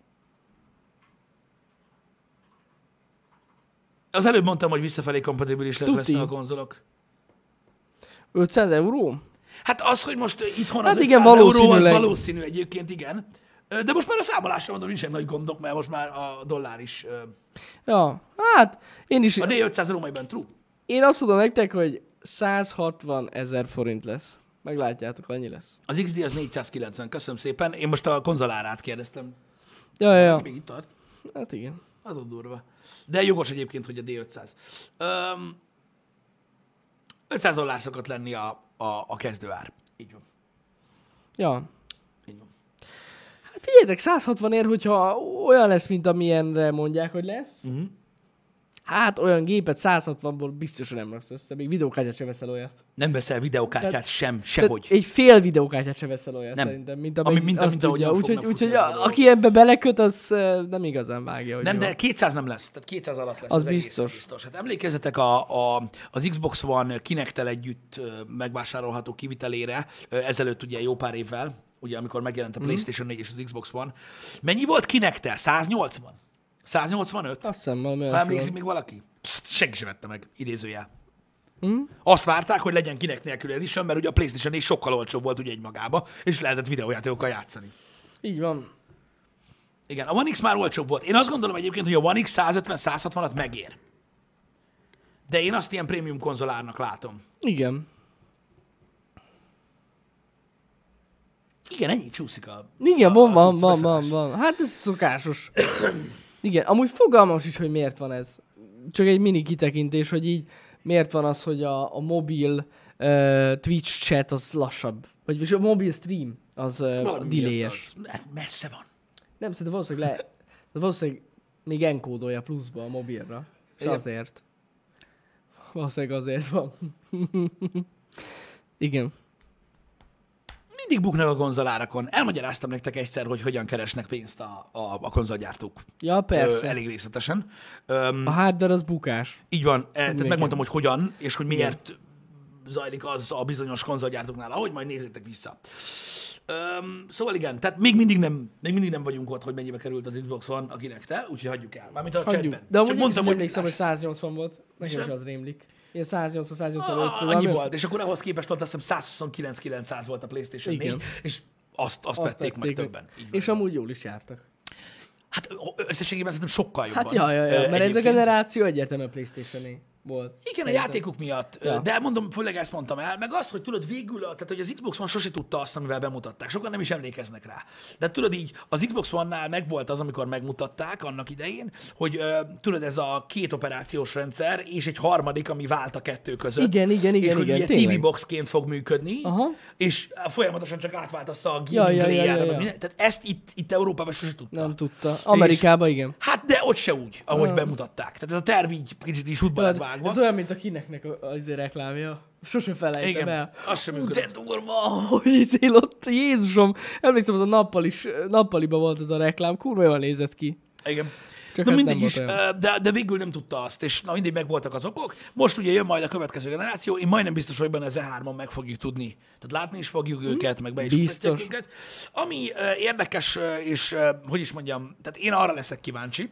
Az előbb mondtam, hogy visszafelé kompatibilis Tuti. lesznek a konzolok. ötszáz euró? Hát az, hogy most itthon az Hát ötszáz igen, euró, az valószínűleg. valószínű egyébként, igen. De most már a számolásra mondom, nincsen nagy gondok, mert most már a dollár is... Ja, hát én is, A D ötszáz rómaiban true. én azt tudom nektek, hogy százhatvan ezer forint lesz. Meglátjátok, annyi lesz. Az iksz dé az négyszázkilencven, köszönöm szépen. Én most a konzolárát kérdeztem. Ja, ja, ja. Még itt tart. Hát igen. Az ott durva. De jogos egyébként, hogy a D ötszáz. Öm, ötszáz dollár szokott lenni a, a, a kezdőár. Így van. Ja. Így van. Hát figyeljetek, százhatvan ér, hogyha olyan lesz, mint amilyenre mondják, hogy lesz. Uh-huh. Hát olyan gépet százhatvanból biztosan nem raksz össze. Még videókártyát se veszel olyat. Nem veszel videókártyát Tehát- sem, Tehát sehogy. egy fél videókártyát se veszel olyat Nem. szerintem, mint, Ami- amely mint- azt mint ahogy tudja. fognak Úgyhogy, futni úgyhogy ezek a a, dolgok. aki ebbe beleköt, az eh, nem igazán vágja, hogy Nem, jó. de kétszáz nem lesz. Tehát kétszáz alatt lesz. Az az egészen biztos. biztos. Hát emlékezzetek a, a, az Xbox One Kinect-tel együtt ö, megvásárolható kivitelére, ö, ezelőtt ugye jó pár évvel, ugye amikor megjelent a Mhm. PlayStation négy és az Xbox One. Mennyi volt Kinect-tel? száznyolcvan? száznyolcvanöt? Azt hiszem valami Ha olyasmi emlékszik volt. még valaki? Pst, senki sem vette meg, idézőjel. Hm? Azt várták, hogy legyen Kinect nélkül edition, mert ugye a PlayStation négy sokkal olcsóbb volt ugye egymagába, és lehetett videójátékokkal játszani. Így van. Igen, a One X már olcsóbb volt. Én azt gondolom egyébként, hogy a One X százötven-százhatvanat megér. De én azt ilyen prémium konzolárnak látom. Igen. Igen, ennyi csúszik a... Igen, a- van, a van, cucc van, van, veszárás. van. Hát ez szokásos. Igen, amúgy fogalmas is, hogy miért van ez. Csak egy mini kitekintés, hogy így miért van az, hogy a, a mobil uh, Twitch chat az lassabb. Vagy és a mobil stream az uh, Valami delay-es. miatt az- Hát messze van. Nem, szerintem valószínűleg le... Valószínűleg még enkódolja pluszba a mobilra. És Igen. azért. Valószínűleg azért van. Igen. Mindig buknak a konzolárakon. Elmagyaráztam nektek egyszer, hogy hogyan keresnek pénzt a, a, a konzolgyártók. Ja, persze. Ö, elég részletesen. Öm, A hardware az bukás. így van. E, tehát Nekem. megmondtam, hogy hogyan, és hogy miért zajlik az a bizonyos konzolgyártóknál, ahogy majd nézzétek vissza. Öm, szóval igen, tehát még mindig, nem, még mindig nem vagyunk ott, hogy mennyibe került az Xbox One, akinek te, úgyhogy hagyjuk el. Mármint a Hagyjuk. chatben. De amúgy Csak én mondtam, is hogy emlékszem, hogy száznyolcvan volt. Nekem is nem? az rémlik. Ilyen száznyolcvan száznyolcvanöt. a, a, annyi volt, és akkor ahhoz képest volt, azt hiszem száz huszonkilenc kilencszáz volt a PlayStation Igen. négy, és azt, azt, azt vették meg többen. Így van. És amúgy jól is jártak. Hát összességében szerintem sokkal jobban. Hát ja, ja, ja. Mert ez a egyébként. generáció egyértelműen a PlayStation-é volt. Igen, a Szerintem. játékok miatt, Ja. de mondom, főleg ezt mondtam el, meg az, hogy tudod végül, tehát hogy az Xbox One sose tudta azt, amivel bemutatták. Sokan nem is emlékeznek rá. De tudod így, az Xbox One-nál megvolt az, amikor megmutatták annak idején, hogy uh, tudod, ez a két operációs rendszer, és egy harmadik, ami vált a kettő között. Igen, igen, igen, És hogy igen, ugye tényleg. té vé boxként fog működni, Aha. és folyamatosan csak átváltassza a Ja, gaming ja, ja, layer-re, ja, meg ja. minden. Tehát ezt itt, itt Európában sose tudta. Nem tudta. Amerikában igen. Hát de ott se úgy, ahogy Ah. bemutatták. Tehát ez a terv így kicsit is útba lett vágva. Ez olyan, mint a kineknek a- az reklámja. Sose felejtem Igen, el. az sem Ú, működött. de durva, hogy izél ott, Jézusom. Emlékszem, az a nappal is, nappaliba volt az a reklám, kurva jól nézett ki. Igen. Csak Na hát mindegy nem is, volt olyan. ö, de, de végül nem tudta azt, és na mindig megvoltak az okok. Most ugye jön majd a következő generáció, én majdnem biztos, hogy benne az E hármon meg fogjuk tudni. Tehát látni is fogjuk őket, meg be is Biztos. mutatják őket. Ami ö, érdekes, ö, és ö, hogy is mondjam, tehát én arra leszek kíváncsi,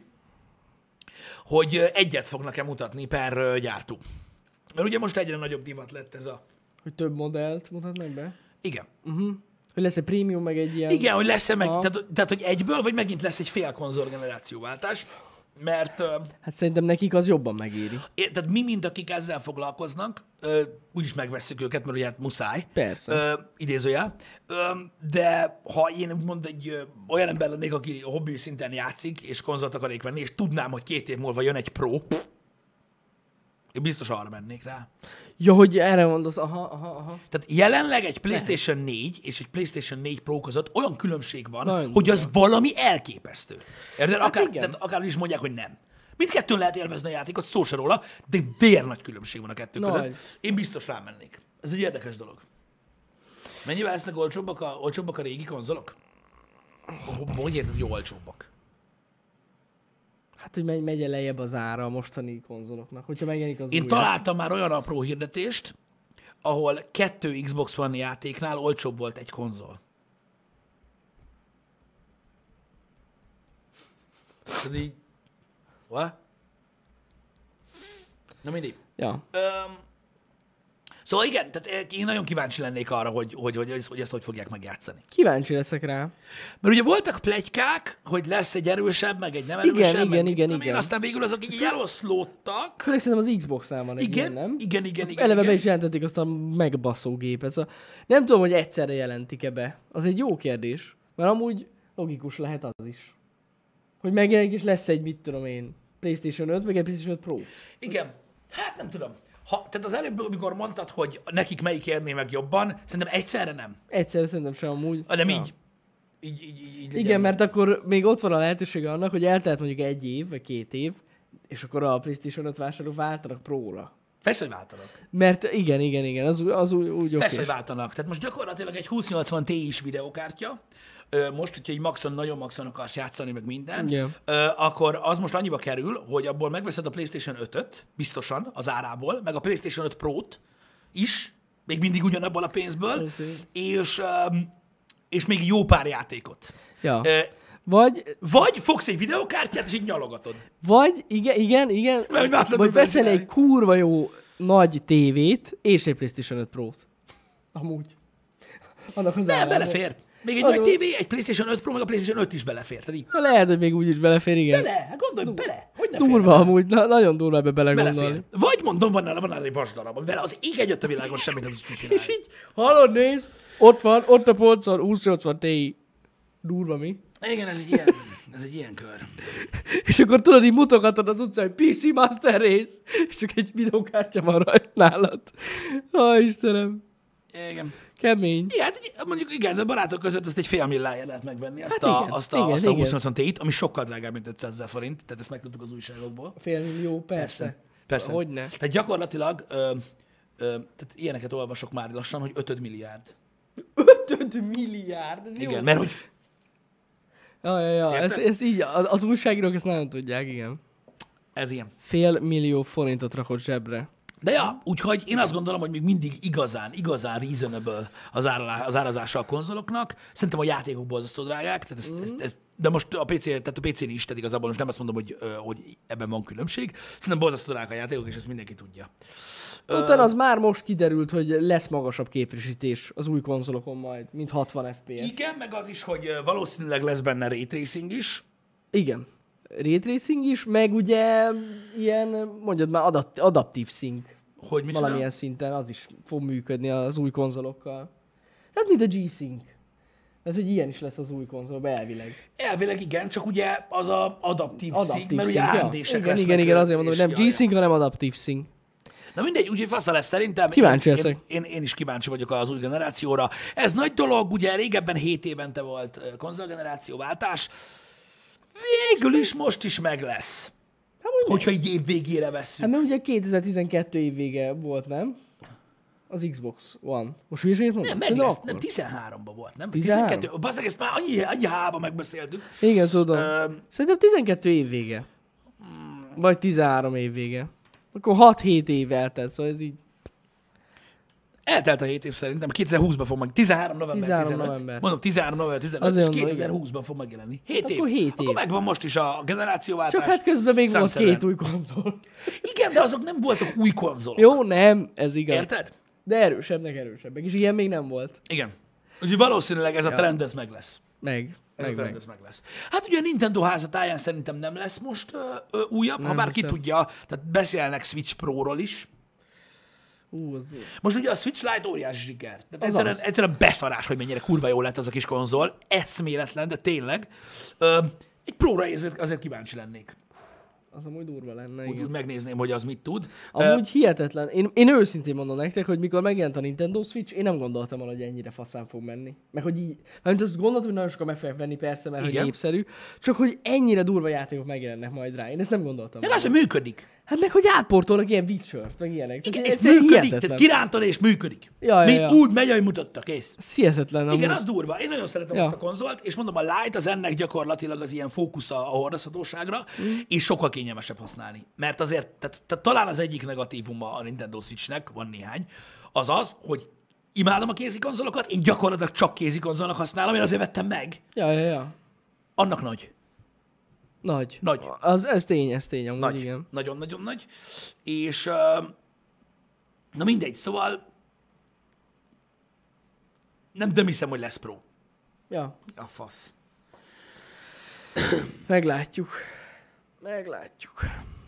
hogy ö, egyet fognak-e mutatni per ö, gyártó. Mert ugye most egyre nagyobb divat lett ez a... Hogy több modellt mutatnak be. Igen. Uh-huh. Hogy lesz egy prémium, meg egy ilyen... Igen, hogy lesz-e meg, Aha. tehát, tehát, hogy egyből, vagy megint lesz egy fél konzol generációváltás, mert... Ö, Hát szerintem nekik az jobban megéri. É, tehát mi mind, akik ezzel foglalkoznak, ö, úgyis megvesszük őket, mert ugye hát muszáj. Persze. Ö, idézőjel. Ö, de ha én úgymond egy ö, olyan ember lennék, aki hobbi szinten játszik, és konzolt akarnék venni, és tudnám, hogy két év múlva jön egy Pro, én biztos arra mennék rá. Ja, hogy erre mondasz, aha, aha, aha. Tehát jelenleg egy PlayStation négy és egy PlayStation négy Pro között olyan különbség van, Nagyon hogy durva. az valami elképesztő. Érted? Akár, igen. tehát akár is mondják, hogy nem. Mindkettőn lehet élvezni a játékot, szó se róla, de vér nagy különbség van a kettő Nagy. között. Én biztos rámennék. Ez egy érdekes dolog. Mennyivel lesznek olcsóbbak a, olcsóbbak a régi konzolok? Ho- Hogy érted, hogy olcsóbbak? Hát, hogy megy, megy lejjebb az ára a mostani konzoloknak, hogyha megjelenik az Én új. találtam már olyan apró hirdetést, ahol kettő Xbox One játéknál olcsóbb volt egy konzol. Ez így... What? Na mindig. Ja. Öm, szóval igen, tehát én nagyon kíváncsi lennék arra, hogy, hogy, hogy, hogy, hogy ezt hogy fogják megjátszani. Kíváncsi leszek rá. Mert ugye voltak pletykák, hogy lesz egy erősebb, meg egy nem Igen, erősebb, igen, meg mit igen, tudom én, igen. aztán végül azok így eloszlódtak. Főleg szerintem az Xbox-nál van egy Igen, ilyen, nem? igen, igen, Ott igen, eleve igen. be is jelentették azt a megbaszó gépet. Szóval nem tudom, hogy egyszerre jelentik-e be. Az egy jó kérdés. Mert amúgy logikus lehet az is. Hogy megjelenik és lesz egy, mit tudom én, PlayStation öt, meg egy PlayStation öt Pro. Igen. Hát nem tudom. Ha, tehát az előbb, amikor mondtad, hogy nekik melyik érné meg jobban, szerintem egyszerre nem. Egyszerre szerintem sem amúgy. Hanem Ja. így, így, így, így, így legyen Igen, meg. mert akkor még ott van a lehetősége annak, hogy eltelt mondjuk egy év, vagy két év, és akkor a PlayStation öt vásárlók váltanak Pro-ra. Persze, hogy váltanak. Mert igen, igen, igen, az, az úgy, úgy Persze, oké. hogy váltanak. Tehát most gyakorlatilag egy húsz nyolcvan Ti-s videokártya, ö, most, hogyha egy maxon, nagyon maxon akarsz játszani, meg minden, Igen. ö, akkor az most annyiba kerül, hogy abból megveszed a PlayStation ötöt, biztosan, az árából, meg a PlayStation öt Pro-t is, még mindig ugyanabból a pénzből, Valószínű. és, ö, és még jó pár játékot. Ja. Ö, Vagy, Vagy fogsz egy videokártyát, és így nyalogatod. vagy, igen, igen, igen, Vagy más nem vagy tudod veszel csinálni. egy kurva jó nagy tévét, és egy PlayStation öt Pro-t. Amúgy. Annak az Nem, árából. belefér. Még egy Az- nagy tévé, egy PlayStation öt Pro, meg a PlayStation öt is belefér. Tehát így, Ha lehet, hogy még úgy is belefér, igen. bele, hát gondolj bele, hogy ne férne Durva bele. amúgy, na, nagyon durva ebbe belegondolni. Belefér. Vagy mondom, van nála, van nála egy vasdarab, amivel az ég egyet a világon semmit nem tudsz csinálni. És így, hallod, nézd, ott van, ott a polcon, húsz nyolcvan Ti. Durva mi? Igen, ez egy ilyen, ez egy ilyen kör. És akkor tudod, így mutogatod az utcán, hogy pé cé Master Race, és csak egy videókártya van rajta nálad. Ó, Istenem, Igen. kemény. Igen, hát mondjuk igen, de a barátok között azt egy fél milláért lehet megvenni, azt Hát a, igen, azt a, igen, azt a igen. húsz nyolcvan Ti-t, ami sokkal drágább, mint ötszázezer forint, tehát ezt megtudtuk az újságokból. Fél millió, persze. Persze. Hogyne. Tehát gyakorlatilag, ö, ö, tehát ilyeneket olvasok már lassan, hogy öt milliárd. öt milliárd, ez jó. Igen, mert hogy Ja, ja, ja, ez, Érted? ez így, az az újságírók ezt nagyon tudják, igen. ez ilyen. Fél millió forintot rakott zsebre. De ja, úgyhogy én azt gondolom, hogy még mindig igazán, igazán reasonable az, áralá, az árazása a konzoloknak. Szerintem a játékok borzasztó drágák, tehát ez, mm. ez, ez, de most a pé cé, tehát a pé cén is, tehát igazából most nem azt mondom, hogy, hogy ebben van különbség. Szerintem borzasztó drágák a játékok, és ezt mindenki tudja. Utána az már most kiderült, hogy lesz magasabb képfrissítés az új konzolokon majd, mint hatvan ef pé es. Igen, meg az is, hogy valószínűleg lesz benne ray tracing is. Igen. Ray tracing is, meg ugye ilyen, mondjad már, adapt- adaptív sync. Hogy mit Valamilyen csinál? szinten az is fog működni az új konzolokkal. Tehát mint a G-Sync. Tehát, hogy ilyen is lesz az új konzolban elvileg. Elvileg igen, csak ugye az a adaptív, Adaptív sync, mert ugye sync, ja. á em dé-sek Igen, lesznek. igen, igen, azért mondom, és hogy nem jaj, G-Sync, hanem adaptív sync. Na mindegy, úgyhogy fasza lesz szerintem. Kíváncsi én, leszek. én, én, én is kíváncsi vagyok az új generációra. Ez nagy dolog, ugye régebben hét évente volt ö, konzolgenerációváltás. Végül is most is meg lesz. Hát, ugye, Hogyha egy év végére vesszük. hát mert ugye kétezer-tizenkettő év vége volt, nem? Az Xbox One. Most hülyeséget mondom? Nem, meg Szerintem lesz. akkor. Nem, tizenháromban volt, nem? tizenhárom? tizenkettő. Bazzeg, ezt már annyi, annyi hába megbeszéltük. Igen, tudom. Ö, Szerintem tizenkettő év vége. Vagy tizenhárom év vége. Akkor hat-hét év eltelt, szóval ez így Eltelt a hét év szerintem, kétezer-húszban fog meg, tizenhárom november tizenhárom tizenöt. november. Mondom, tizenhárom november tizenöt, Azért és mondom, kétezer-húszban fog megjelenni. hét Hát év. akkor hét Akkor év. megvan most is a generációváltás. Csak hát közben még volt Számszerűen. két új konzol. Igen, de azok nem voltak új konzolok. Jó, nem, ez igaz. Érted? De erősebbnek erősebbek, és ilyen még nem volt. Igen. Úgyhogy valószínűleg ez a Ja. trend, ez meg lesz. Meg, Ez a meg, trend, meg. ez meg lesz. Hát ugye a Nintendo házatáján szerintem nem lesz most ö, ö, újabb, ha Nem bár ki hiszem. tudja, tehát beszélnek Switch Pro-ról is. Ú, az durva. Most ugye a Switch Lite óriási siker. Tehát Az egyszerűen, az. egyszerűen beszarás, hogy mennyire kurva jó lett az a kis konzol. Eszméletlen, de tényleg. Ö, egy Pro-ra azért, azért kíváncsi lennék. Az amúgy durva lenne, Úgy, úgy igen. megnézném, hogy az mit tud. Amúgy hihetetlen. Én, én őszintén mondom nektek, hogy mikor megjelent a Nintendo Switch, én nem gondoltam volna, hogy ennyire faszán fog menni. Meg hogy így, mert azt gondoltam, hogy nagyon sokan meg fogják venni, persze, mert hogy Igen. népszerű. Csak hogy ennyire durva játékok megjelennek majd rá. Én ezt nem gondoltam. Meg volna. az, hogy működik. Hát meg, hogy átportolnak ilyen Witcher-t, meg ilyenek. Igen, Tehát és egyszerűen működik. hihetetlen. Tehát kirántod és működik. Ja, ja, Még ja. úgy megy, ahogy mutattak, kész. Ez hihetetlen. Igen, amúgy. az durva. Én nagyon szeretem Ja. azt a konzolt, és mondom, a Lite az ennek gyakorlatilag az ilyen fókusza a hordozhatóságra, mm. és sokkal kényelmesebb használni. Mert azért, tehát, tehát talán az egyik negatívuma a Nintendo Switchnek, van néhány, az az, hogy imádom a kézi konzolokat, én gyakorlatilag csak kézi konzolnak használom, én azért vettem meg. Ja, ja, ja. Annak nagy. Nagy. Nagy. Az, ez tény, ez tény, amúgy Nagy. igen. Nagyon-nagyon nagy. És uh, na mindegy, szóval nem, nem hiszem, hogy lesz Pro. Ja, A fasz. meglátjuk. Meglátjuk.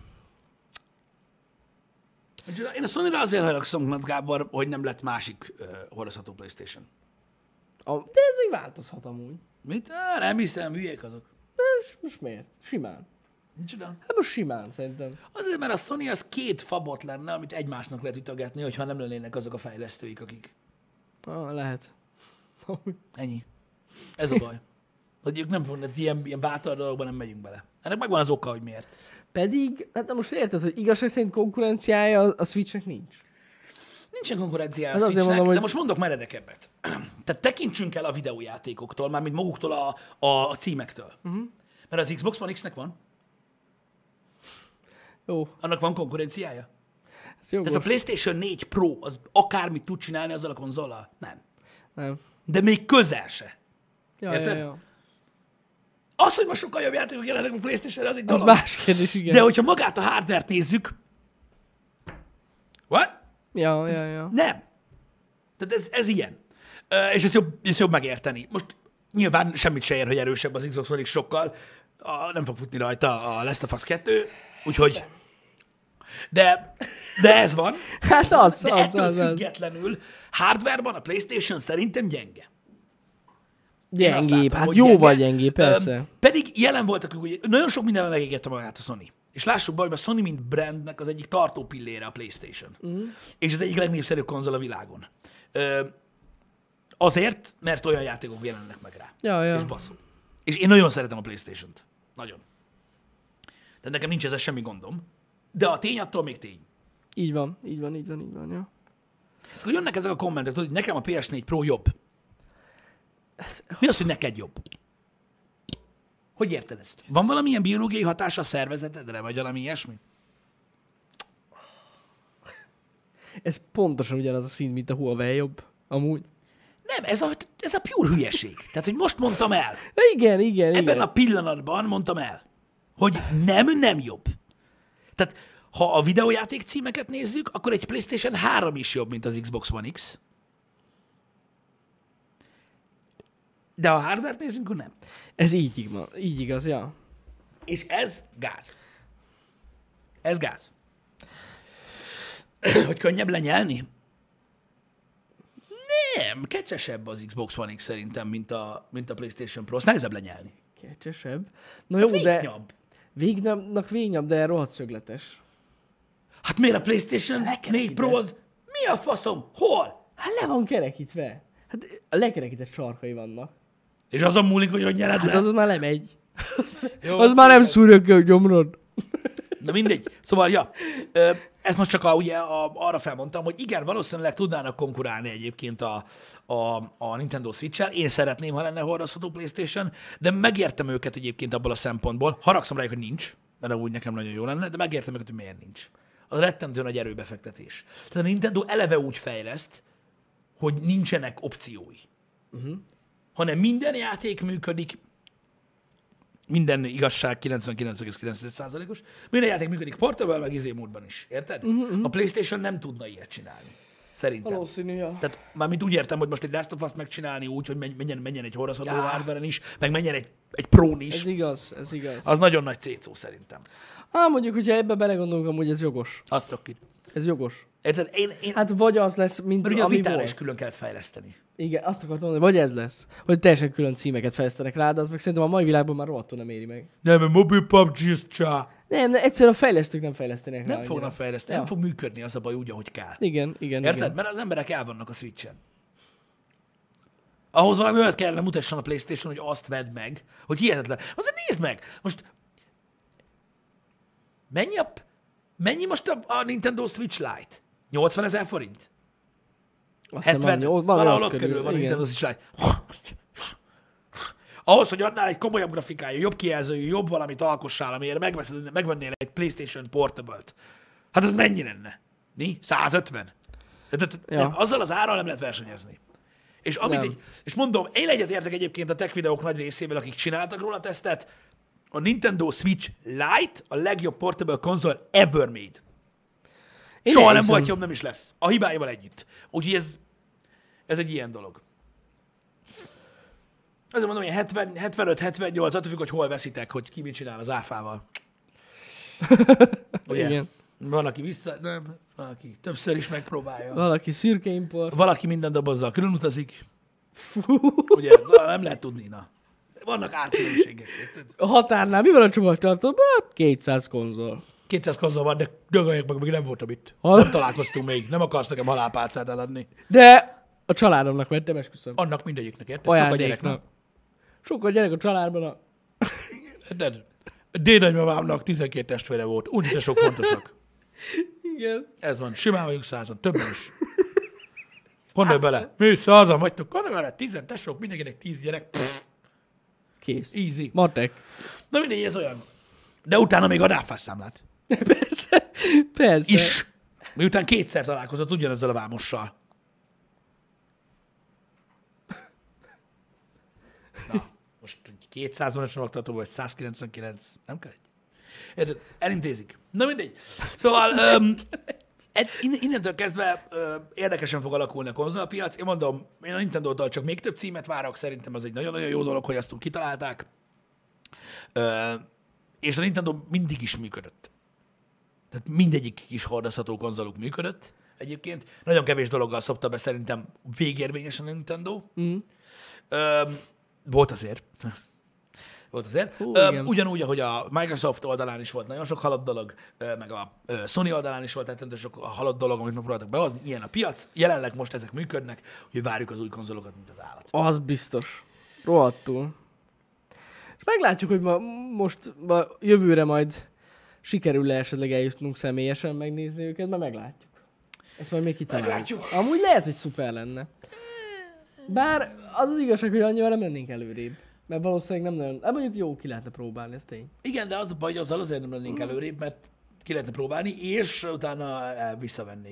Én a Sony-ra azért haragszom, mert Gábor, hogy nem lett másik uh, hordozható PlayStation. A, de ez még változhat amúgy. Mit? Á, nem hiszem, hülyék azok. Most, most miért? Simán. Micsoda? Hát most simán, szerintem. Azért, mert a Sony az két fabot lenne, amit egymásnak lehet ütögetni, hogyha nem lennének azok a fejlesztőik, akik. Ah, lehet. Ennyi. Ez a baj. Hogy ők nem fognak, ilyen, ilyen bátor dolgokban nem megyünk bele. Ennek megvan az oka, hogy miért. Pedig, hát na most érted, hogy igazság szerint konkurenciája a, a Switchnek nincs. Nincsen konkurenciája a Hát azért Switchnek, mondom, de hogy- most mondok meredekebbet. Tehát tekintsünk el a videójátékoktól, mármint maguktól a, a, a címektől. Uh-huh. Mert az Xbox One X-nek van. Jó, Annak van konkurenciája. ez jogos. Tehát a PlayStation négy Pro az akármit tud csinálni azzal a konzollal? Nem. Nem. De még közel se. Ja, Érted? ja, ja. Az, hogy most sokkal jobb játékok jelennek a PlayStation-re, az egy Az dolog. más kérdés, igen. De hogyha magát a hardware-t nézzük, what? Ja, ja, ja. Nem. Tehát ez, ez ilyen. Ö, és ezt jobb, ezt jobb megérteni. Most nyilván semmit se ér, hogy erősebb az Xbox One X sokkal. A, nem fog futni rajta a Last of Us kettő, úgyhogy... De, de ez van. Hát az, De az, ettől az, az. függetlenül hardware-ban a PlayStation szerintem gyenge. Én azt Gyengébb, látom, hát hogy jóval gyenge. gyengébb, persze. Öm, pedig jelen voltak, hogy nagyon sok mindenben megégette magát a Sony. És lássuk be, hogy a Sony mint brandnek az egyik tartó pillére a PlayStation. Mhm. Mm. És az egyik legnépszerűbb konzol a világon. Öm, azért, mert olyan játékok jelennek meg rá. Ja, ja. És basszú. És én nagyon szeretem a PlayStation-t. Nagyon. Tehát nekem nincs ezzel semmi gondom. De a tény attól még tény. Így van, így van, így van, így van, ja. Akkor jönnek ezek a kommentek, tudod, hogy nekem a P S négy Pro jobb. Ez, Mi az, hogy neked jobb? Hogy érted ezt? Van valamilyen biológiai hatása a szervezetedre, vagy valami ilyesmi? Ez pontosan ugyanaz a szín, mint a Huawei jobb. Amúgy. Nem, ez a, ez a pure hülyeség. Tehát, hogy most mondtam el. Igen, igen, Ebben igen. a pillanatban mondtam el, hogy nem, nem jobb. Tehát, ha a videójáték címeket nézzük, akkor egy PlayStation három is jobb, mint az Xbox One X. De ha a hardware-t nézzünk, akkor nem. Ez így igaz, így igaz, ja. És ez gáz. Ez gáz. Hogy könnyebb lenyelni? Nem, kecsesebb az Xbox One X szerintem, mint a, mint a PlayStation Pro. Azt nehezebb lenyelni. Kecsesebb. Na jó, de... Végnyabb. Végnyabbnak végnyabb, de rohadt szögletes. Hát miért a PlayStation négy Pro az? Mi a faszom? Hol? Hát le van kerekítve. Hát a lekerekített sarkai vannak. És azon múlik, hogy hogy nyered Hát le? az, az már lemegy. Jó, Az már nem szúrja ki a gyomrod. Na mindegy. Szóval, ja, ö, ezt most csak a, ugye, a, arra felmondtam, hogy igen, valószínűleg tudnának konkurálni egyébként a, a, a Nintendo Switch-el. Én szeretném, ha lenne hordozható PlayStation, de megértem őket egyébként abból a szempontból. Haragszom rájuk, hogy nincs, mert úgy nekem nagyon jó lenne, de megértem őket, hogy miért nincs. Az rettentő nagy erőbefektetés. Tehát a Nintendo eleve úgy fejleszt, hogy nincsenek opciói. Uh-huh. Hanem minden játék működik, minden igazság kilencvenkilenc egész kilenc százalékos, minden játék működik portable, meg izé módban is. Érted? Uh-huh. A PlayStation nem tudna ilyet csinálni. Szerintem. Valószínű, ja. Tehát mármint úgy értem, hogy most egy Last of Us megcsinálni úgy, hogy menjen, menjen egy hordozható Ja. hardware-en is, meg menjen egy, egy Pro-n is. Ez igaz, ez igaz. Az nagyon nagy cécó szerintem. Á, mondjuk, hogyha ebbe belegondolunk, amúgy ez jogos. Azt rakjuk. Ez jogos. Érted? Én, én, Hát vagy az lesz, mint mert ugye a ami vitára volt. is külön kellett fejleszteni. Igen, azt akartam mondani, vagy ez lesz, hogy teljesen külön címeket fejlesztenek rá, de az meg szerintem a mai világban már rohadtul nem éri meg. Nem, a mobil pé u bé gé csá. Nem, nem, egyszerűen a fejlesztők nem fejlesztenek rá. Nem annyira. fognak fejleszteni, Ja. nem fog működni az a baj úgy, ahogy kell. Igen, igen, Érted? igen. Mert az emberek el vannak a Switchen. Ahhoz valami olyat kellene mutasson a PlayStation, hogy azt vedd meg, hogy hihetetlen. Azért nézd meg! Most mennyi, a, mennyi most a, a Nintendo Switch Lite? nyolcvanezer forint? Azt hiszem, hetven? annyi- Valahol ott ott körül van a igen. Nintendo Switch Lite. Ahhoz, hogy adnál egy komolyabb grafikájú, jobb kijelzőjű, jobb valamit alkossál, amiért megveszed, megvennél egy PlayStation Portable-t. Hát az mennyi lenne? Mi? százötven? Tehát Ja. nem, azzal az árral nem lehet versenyezni. És, amit Nem. egy, és mondom, én egyetértek egyébként a tech videók nagy részével, akik csináltak róla tesztet, a Nintendo Switch Lite a legjobb portable konzol ever made. Én Soha nem elhiszem. volt jobb, nem is lesz. A hibáival együtt. Úgyhogy ez, ez egy ilyen dolog. Azért mondom, hogy hetven, hetvenöt hetvennyolc, attól függ, hogy hol veszitek, hogy ki mit csinál az áfával. Ugye? Igen. Van, aki vissza, nem, van, aki többször is megpróbálja. Valaki szürke import. Valaki minden dobozzal külön utazik. Ugye, szóval nem lehet tudni, na. Vannak árkülönbségek. érted? A határnál mi van a csomagtartóban? kétszáz konzol. kétszáz konzol van, de dögöljek meg, még nem voltam itt. Hal- Nem találkoztunk még, nem akarsz nekem halálpálcát eladni. De a családomnak vettem, esküszöm. Annak mindegyiknek, érted? Sok a gyerek, Ajándéknak. Sok a gyerek a családban. A... érted? A dédnagymamámnak tizenkét testvére volt, úgyis de sok fontosak. Igen. Ez van, simán vagyunk százan, többen is. Gondolj bele, mi százan vagytok, gondolj bele, tizen tesók, mindenkinek tíz gyerek. Pff, Kész. easy. Matek. Na mindegy, ez olyan. De utána még ad áfás számlát. Persze. Persze. Is. Miután kétszer találkozott ugyanezzel a vámossal. Na, most kétszáz-as csomagtartó vagy száz kilencvenkilenc, nem kell egy. Érted? Elintézik. Na mindegy. Szóval um, ed, in- innentől kezdve uh, érdekesen fog alakulni a konzolpiac. Én mondom, én a Nintendo-tól csak még több címet várok, szerintem az egy nagyon-nagyon jó dolog, hogy azt úgy kitalálták. Uh, és a Nintendo mindig is működött. Tehát mindegyik kis hordozható konzoluk működött egyébként. Nagyon kevés dologgal szopta be szerintem végérvényesen a Nintendo. Mm. Öm, volt azért. volt azért. Hú, Öm, igen. ugyanúgy, ahogy a Microsoft oldalán is volt nagyon sok halott dolog, ö, meg a ö, Sony oldalán is volt rettentő sok halott dolog, amit megpróbáltak behozni. Ilyen a piac. Jelenleg most ezek működnek, hogy várjuk az új konzolokat, mint az állat. Az biztos. Rohadtul. És meglátjuk, hogy ma, most ma, jövőre majd sikerül-e esetleg eljutnunk személyesen megnézni őket, mert meglátjuk. Ezt majd még kitaláljuk. Meglátjuk. Amúgy lehet, hogy szuper lenne. Bár az az igazság, hogy annyival nem lennénk előrébb. Mert valószínűleg nem nagyon... Hát mondjuk jó, ki lehetne próbálni, ez tény. Igen, de az a baj, hogy azzal azért nem lennénk előrébb, mert ki lehetne próbálni, és utána eh, visszavennék.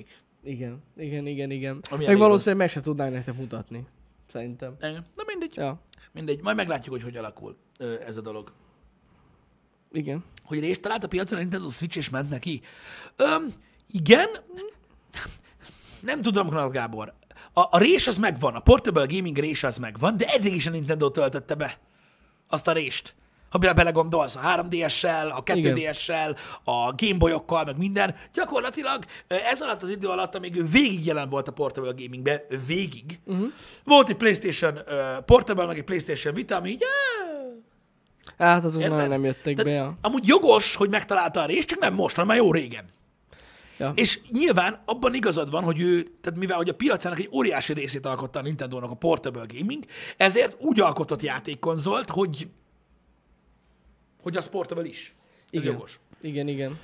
Igen, igen, igen, igen. Ami Meg elég valószínűleg meg se tudnánk nektek mutatni. Szerintem. Igen. Na mindegy. Ja, Mindegy. Majd meglátjuk, hogy hogy alakul ö, ez a dolog. igen. Hogy részt talált a piacon a Nintendo Switch és ment neki? Öm, igen. Nem tudom, Knall Gábor. A, a rés az megvan, a Portable Gaming rés az megvan, de eddig is a Nintendo töltötte be azt a rést. Ha be- belegondolsz, a három dé es-sel, a kettő dé es-sel, a Gameboyokkal, meg minden, gyakorlatilag ö, ez alatt az idő alatt, amíg ő végig jelen volt a Portable Gamingbe, végig, uh-huh. volt egy PlayStation uh, Portable, meg egy PlayStation Vita, ami így, Hát azok érted? nagyon nem jöttek be. Tehát Ja. amúgy jogos, hogy megtalálta a részt, csak nem most, hanem már jó régen. Ja. És nyilván abban igazad van, hogy ő, tehát mivel hogy a piacának egy óriási részét alkotta a Nintendónak a Portable Gaming, ezért úgy alkotott játékkonzolt, hogy hogy az portable is. Ez Igen. jogos. Igen, igen.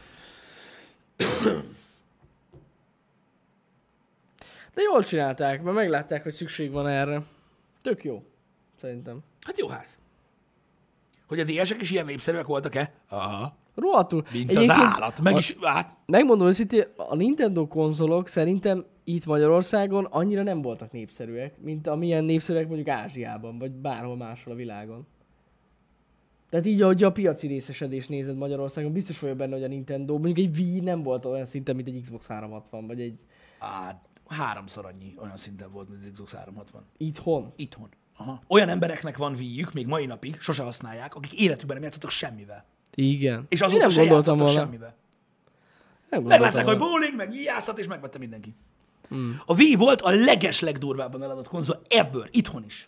De jól csinálták, mert meglátták, hogy szükség van erre. Tök jó. Szerintem. Hát jó hát. Hogy a dé esek is ilyen népszerűek voltak-e? Aha. Rohadtul. Mint Egyébként az állat. Meg a- is, hát, Megmondom őszintén, a Nintendo konzolok szerintem itt Magyarországon annyira nem voltak népszerűek, mint amilyen népszerűek mondjuk Ázsiában, vagy bárhol máshol a világon. Tehát így, ahogy a piaci részesedést nézed Magyarországon, biztos vagyok benne, hogy a Nintendo, mondjuk egy Wii nem volt olyan szinten, mint egy Xbox háromszázhatvan, vagy egy hát háromszor annyi olyan szinten volt, mint az Xbox háromszázhatvan. itthon. Itthon. Aha. Olyan embereknek van Wii-jük, még mai napig, sose használják, akik életükben nem játszottak semmivel. Igen. És Én azóta nem se gondoltam játszottak volna. semmivel. Nem gondoltam Meglátták, hogy volna. bowling, meg nyíjászat, és megvette mindenki. Mm. A Wii volt a leges legdurvábban eladott konzol ever, itthon is.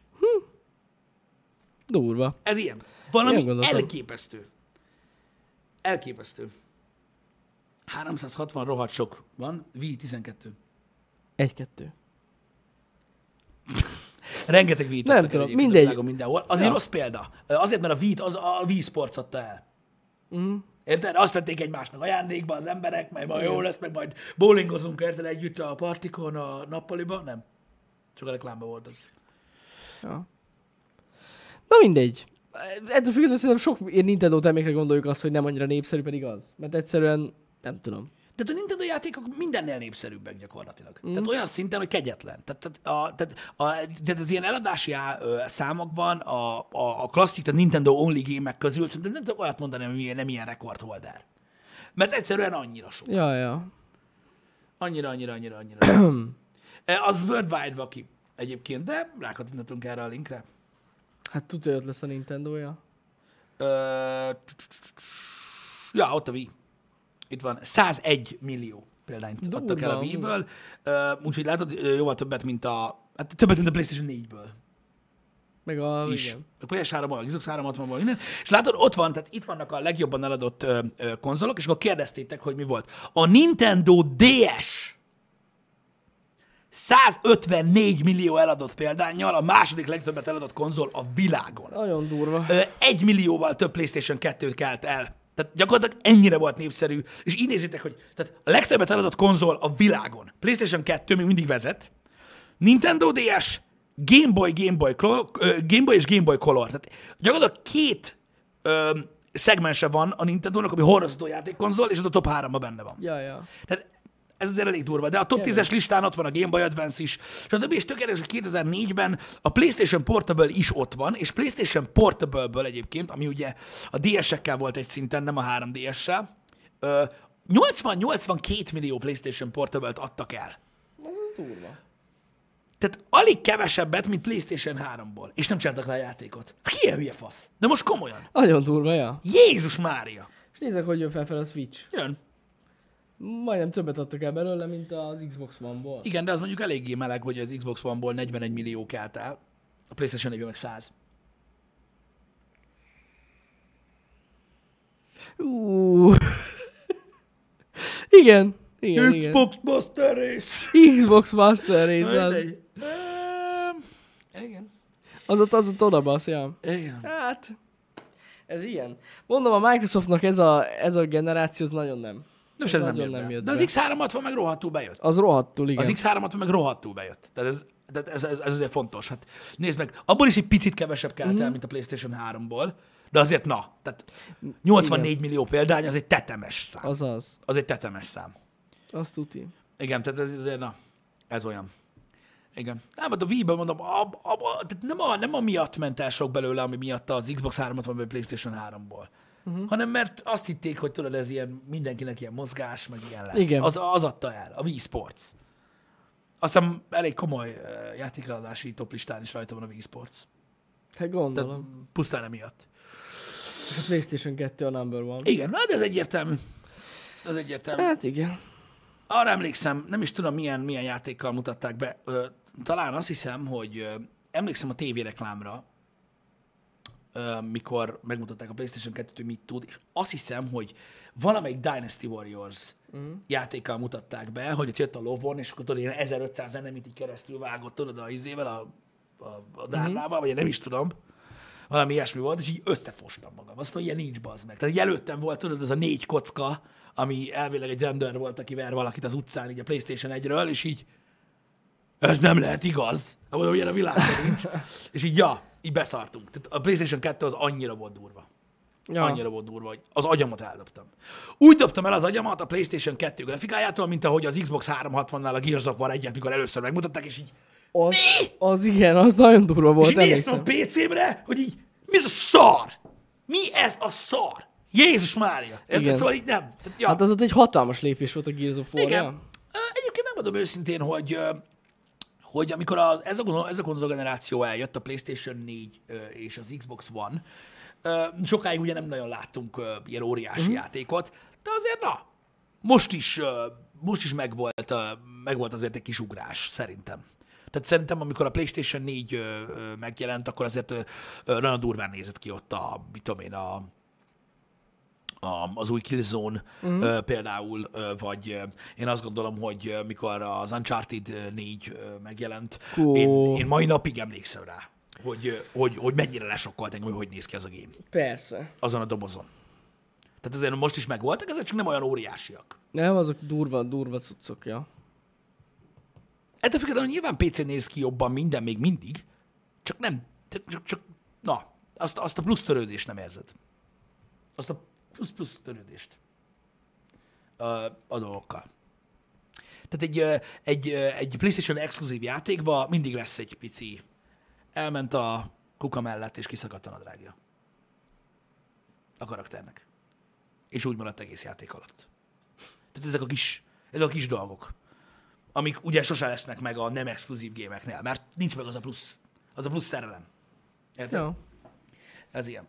Durva. Ez ilyen. Valami Ilyen gondoltam. elképesztő. Elképesztő. háromszázhatvan rohadt sok van, Wii tizenkettő. Egy-kettő. Rengeteg Wii-t Nem adtak el tudom, egyébként mindegy. a világon mindenhol. Azért Ja. rossz példa. Azért, mert a Wii-t az a Wii Sports adta el. Mm. Érted? Azt vették egymásnak ajándékba az emberek, meg majd jó lesz, meg majd bowlingozunk, érted, együtt a partikon, a nappaliban. Nem. Csak a reklámban volt az. Ja. Na mindegy. Ettől függetlenül szerintem sok ilyen Nintendo termékre gondoljuk azt, hogy nem annyira népszerű, pedig az. Mert egyszerűen nem tudom. Tehát a Nintendo játékok mindennél népszerűbbek gyakorlatilag. Mm. Tehát olyan szinten, hogy kegyetlen. Tehát, tehát, a, tehát, a, tehát az ilyen eladási á, ö, számokban a, a, a klasszik, tehát Nintendo only gémek közül szerintem nem tudok olyat mondani, ami ilyen, nem ilyen rekordholder. Mert egyszerűen annyira sok. Ja, ja. Annyira, annyira, annyira, annyira. E, az worldwide vaki egyébként, de rákatintatunk erre a linkre. Hát tudja, hogy ott lesz a Nintendo-ja. Ö, ja, ott a Wii. Itt van százegy millió példányt Durva, adtak el a Wii-ből, Ö, úgyhogy látod, ö, jóval többet, mint a, hát többet, mint a PlayStation négyből Meg a... is. Igen. A pé es háromból, a Xbox háromszázhatvanból, minden. És látod, ott van, tehát itt vannak a legjobban eladott ö, ö, konzolok, és akkor kérdeztétek, hogy mi volt. A Nintendo dé es százötvennégy millió eladott példánnyal, a második legtöbbet eladott konzol a világon. Nagyon durva. Ö, egy millióval több PlayStation kettőt kelt el. Tehát gyakorlatilag ennyire volt népszerű, és így nézzétek, hogy tehát a legtöbbet eladott konzol a világon. PlayStation kettő még mindig vezet, Nintendo dé es, Game Boy, Game Boy, Color, Game Boy és Game Boy Color. Tehát gyakorlatilag két ö, szegmense van a Nintendónak, ami horrorozó játékkonzol, és az a top háromban benne van. Ja, ja. Tehát ez azért elég durva, de a top tízes listán ott van a Game Boy Advance is, és a többi is tökéletes, hogy kétezer-négyben a PlayStation Portable is ott van, és PlayStation Portable-ből egyébként, ami ugye a dé esekkel volt egy szinten, nem a három dé essel, nyolcvan-nyolcvankét millió PlayStation Portable-t adtak el. Ez durva. Tehát alig kevesebbet, mint PlayStation háromból, és nem csináltak rá a játékot. Ki ilyen hülye fasz? De most komolyan. Nagyon durva, ja. Jézus Mária! És nézzek, hogy jön fel a Switch. Jön. Majdnem többet adtak el belőle, mint az Xbox One-ból. Igen, de az mondjuk eléggé meleg, hogy az Xbox One-ból negyvenegy millió kelt el, a PlayStation négyben meg száz. Uh. igen, igen, igen. Xbox Master Race! Xbox Master Race. Az, Mindegy. Ehm, Igen. az ott, az ott odabasz, ja. Igen. Hát, ez ilyen. Mondom, a Microsoftnak ez a, ez a generáció, az nagyon nem. Nos, ez nem nagyon jött nem be. jött De az be. X háromszázhatvan meg rohadtul bejött. Az rohadtul, igen. Az X háromszázhatvan meg rohadtul bejött. Tehát ez, tehát ez, ez, ez azért fontos. Hát nézd meg, abból is egy picit kevesebb kelt el, mint a PlayStation háromból, de azért na, tehát nyolcvannégy millió példány, az egy tetemes szám. Az, Azaz. az egy tetemes szám. Azt tuti. Igen, tehát ez azért, na, ez olyan. Igen. Nem, hát a Wii-ben mondom, a, a, a, tehát nem, a, nem amiatt ment el sok belőle, ami miatt az Xbox háromszázhatvan vagy a PlayStation háromból. Uh-huh. Hanem mert azt hitték, hogy tudod, ez ilyen mindenkinek ilyen mozgás, meg ilyen lesz. Igen. Az, az adta el, a Wii Sports. Aztán elég komoly uh, játékeladási toplistán is rajta van a Wii Sports. Hát gondolom. Tehát pusztán emiatt. A PlayStation kettő a number one. Igen, hát ez egyértelmű. Ez egyértelmű. Hát igen. Arra emlékszem, nem is tudom milyen, milyen játékkal mutatták be. Ö, talán azt hiszem, hogy ö, emlékszem a tévéreklámra, ö, mikor megmutatták a PlayStation kettőt, hogy mit tud, és azt hiszem, hogy valamelyik Dynasty Warriors mm. játékkal mutatták be, hogy ott jött a lovon, és akkor tudod, ilyen ezerötszáz enemit így keresztül vágott, tudod, a izével, a, a, a dárnával, mm. vagy én nem is tudom. Valami ilyesmi volt, és így összefostam magam. Azt mondom, ilyen nincs, bazd meg. Tehát előttem volt, tudod, ez a négy kocka, ami elvileg egy rendőr volt, aki ver valakit az utcán, így a PlayStation egyről, és így ez nem lehet igaz. Mondom, ilyen a világban nincs. És így, ja, így beszartunk. Tehát a PlayStation kettő az annyira volt durva. Ja. Annyira volt durva, hogy az agyamat eldobtam. Úgy dobtam el az agyamat a PlayStation kettő grafikájától, mint ahogy az Xbox háromszázhatvannál a Gears of War egyet, mikor először megmutatták, és így az, mi? Az igen, az nagyon durva volt, és néztem a pé cémre, hogy így, mi ez a szar? Mi ez a szar? Jézus Mária! Érted? Szóval így nem. Tehát, ja. Hát az ott egy hatalmas lépés volt a Gears of War. Igen. Egyébként megmondom őszintén, hogy, hogy amikor az, ez, a, ez a konzolgeneráció eljött, a PlayStation négy és az Xbox One, sokáig ugye nem nagyon láttunk ilyen óriási uh-huh. játékot, de azért na, most is, most is megvolt, megvolt azért egy kis ugrás, szerintem. Tehát szerintem, amikor a PlayStation négy megjelent, akkor azért nagyon durván nézett ki ott a, mit tudom én, a A, az új Killzone mm. uh, például, uh, vagy uh, én azt gondolom, hogy uh, mikor az Uncharted négy uh, megjelent, oh. én, én mai napig emlékszem rá, hogy, uh, hogy, hogy mennyire lesokkolt engem, hogy hogy néz ki az a game. Persze. Azon a dobozon. Tehát azért most is megvoltak, ezek csak nem olyan óriásiak. Nem, azok durva, durva cuccok, ja. Ettől függetlenül nyilván pé cén néz ki jobban minden még mindig, csak nem, csak, csak na, azt, azt a plusz törődést nem érzed. Azt a plusz-plusz törődést a dolgokkal. Tehát egy, egy, egy PlayStation exkluzív játékban mindig lesz egy pici, elment a kuka mellett, és kiszakadt a nadrágja. A karakternek. És úgy maradt egész játék alatt. Tehát ezek a kis, ezek a kis dolgok, amik ugye sosem lesznek meg a nem exkluzív gémeknél, mert nincs meg az a plusz, az a plusz szerelem. Érted? Jó. Ez ilyen.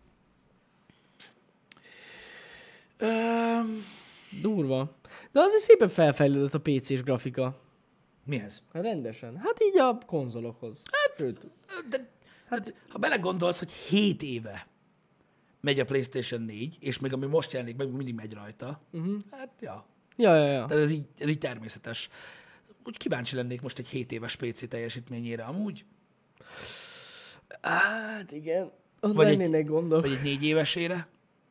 Um, Durva. De azért szépen felfejlődött a pé cés grafika. Mihez? Hát rendesen. Hát így a konzolokhoz. Hát, Sőt. de, hát, ha belegondolsz, hogy hét éve megy a PlayStation négy, és még ami most jelenik meg, mindig megy rajta, uh-huh. hát ja. Ja, ja, ja. Tehát ez így, ez így természetes. Úgy kíváncsi lennék most egy hét éves pé cé teljesítményére amúgy. Hát igen. Ott vagy lennének egy, gondok. Vagy egy négy évesére.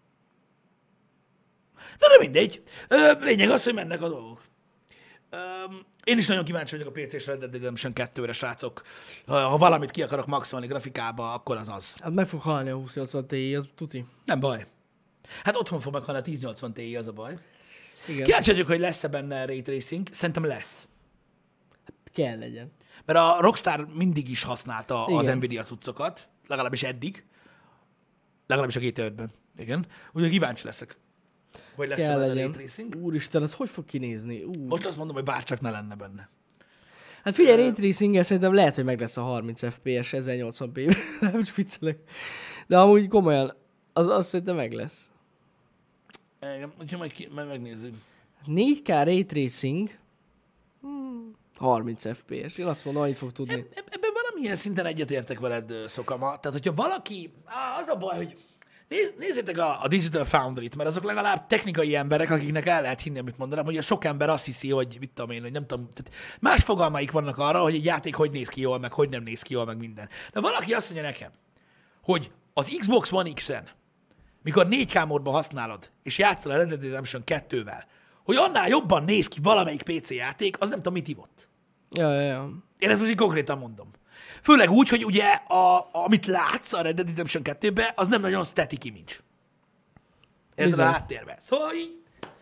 Na de mindegy. Ö, lényeg az, hogy mennek a dolgok. Ö, én is nagyon kíváncsi vagyok a pé cés Red Dead Redemption kettőre, srácok. Ha, ha valamit ki akarok maxolni grafikába, akkor az az. Hát meg fog halni a húsz nyolcvan Ti, az tuti. Nem baj. Hát otthon fog meghalni a tíz nyolcvan Ti, az a baj. Igen. Kíváncsi vagyok, hogy lesz-e benne Ray Tracing. Szerintem lesz. Kell legyen. Mert a Rockstar mindig is használta igen. az Nvidia cuccokat, legalábbis eddig. Legalábbis a gé té ötben. Igen. Úgyhogy kíváncsi leszek. Hogy lesz kell benne legyen. Ray Tracing. Úristen, az hogy fog kinézni? Úr. Most azt mondom, hogy bárcsak ne lenne benne. Hát figyelj, Ray Tracing-el szerintem lehet, hogy meg lesz a harminc ef pé es ezernyolcvan pé. Nem csak viccelek. De amúgy komolyan, az, az szerintem meg lesz. Igen, úgyhogy majd, ki, majd megnézzük. négy ká Ray Tracing, hmm, harminc ef pé es. Én azt mondom, annyit fog tudni. Eb, ebben valamilyen szinten egyetértek veled, Szokama. Tehát, hogyha valaki, á, az a baj, hogy néz, nézzétek a, a Digital Foundry-t, mert azok legalább technikai emberek, akiknek el lehet hinni, amit mondanám, hogy a sok ember azt hiszi, hogy mit tudom én, hogy nem tudom, tehát más fogalmaik vannak arra, hogy egy játék hogy néz ki jól, meg hogy nem néz ki jól, meg minden. De valaki azt mondja nekem, hogy az Xbox One X-en, mikor négy ká módban használod, és játszol a Red Dead Redemption kettővel, hogy annál jobban néz ki valamelyik pé cé játék, az nem tudom, mit hívott. Ja, ja, ja. Én ezt most így konkrétan mondom. Főleg úgy, hogy ugye, a, amit látsz a Red Dead Redemption kettőben, az nem nagyon static image. Érted a háttérben. Szóval így,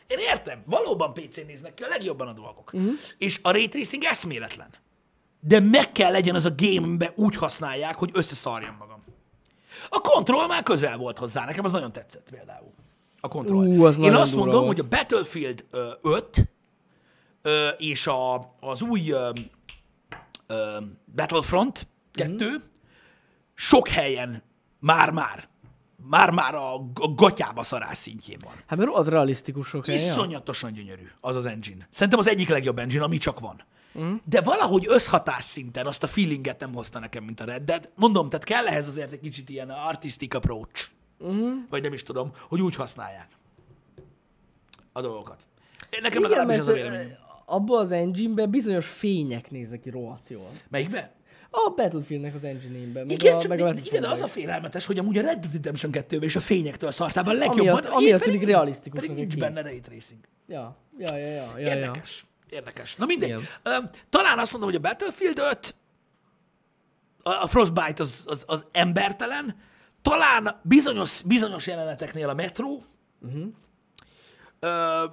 Én értem, valóban pé cén néznek ki a legjobban a dolgok. Uh-huh. És a ray tracing eszméletlen. De meg kell legyen az a game-be úgy használják, hogy összeszarjam magam. A Control már közel volt hozzá, nekem az nagyon tetszett például. A Control. Ú, az Én azt mondom, volt. hogy a Battlefield ö, öt ö, és a, az új ö, ö, Battlefront kettő uh-huh. sok helyen már-már már-már a, a gatyába szarás szintjén van. Hát mert rohadt realisztikusok helyen. Iszonyatosan gyönyörű az az engine. Szerintem az egyik legjobb engine, ami csak van. Mm. De valahogy összhatás szinten azt a feelinget nem hozta nekem, mint a Red Dead. Mondom, tehát kell ehhez azért egy kicsit ilyen artistic approach. Mm. Vagy nem is tudom, hogy úgy használják a dolgokat. Nekem legalábbis ez a véleményem. Abban az engine-ben bizonyos fények néznek ki rohadt jól. Melyikben? A Battlefieldnek az engine-ben. Meg Igen, a, csak meg a igen, de az a félelmetes, hogy amúgy a Red Dead Redemption kettőben és a fényektől szartában legjobban. Amiatt, amiatt tűnik realisztikus. Pedig nincs benne ray tracing. Ja, ja, ja, ja. ja Érdekes. Ja. Érdekes. Na mindegy. Igen. Talán azt mondom, hogy a Battlefield öt, a Frostbite az, az, az embertelen, talán bizonyos, bizonyos jeleneteknél a Metro, uh-huh. Ö,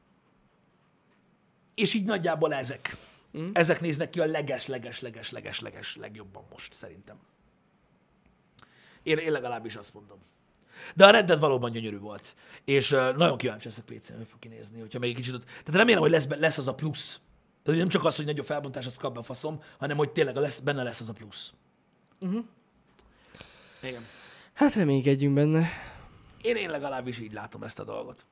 és így nagyjából ezek. Mm. Ezek néznek ki a leges-leges-leges-leges-leges legjobban most, szerintem. Én, én legalábbis azt mondom. De a Red Dead valóban gyönyörű volt. És uh, nagyon kíváncsi leszek pé cén, hogy fog kinézni, hogyha még egy kicsit... Tehát remélem, hogy lesz, lesz az a plusz. Tehát nem csak az, hogy nagyobb felbontás, azt kap be a faszom, hanem hogy tényleg lesz, benne lesz az a plusz. Uh-huh. Igen. Hát reménykedjünk benne. Én, én legalábbis így látom ezt a dolgot.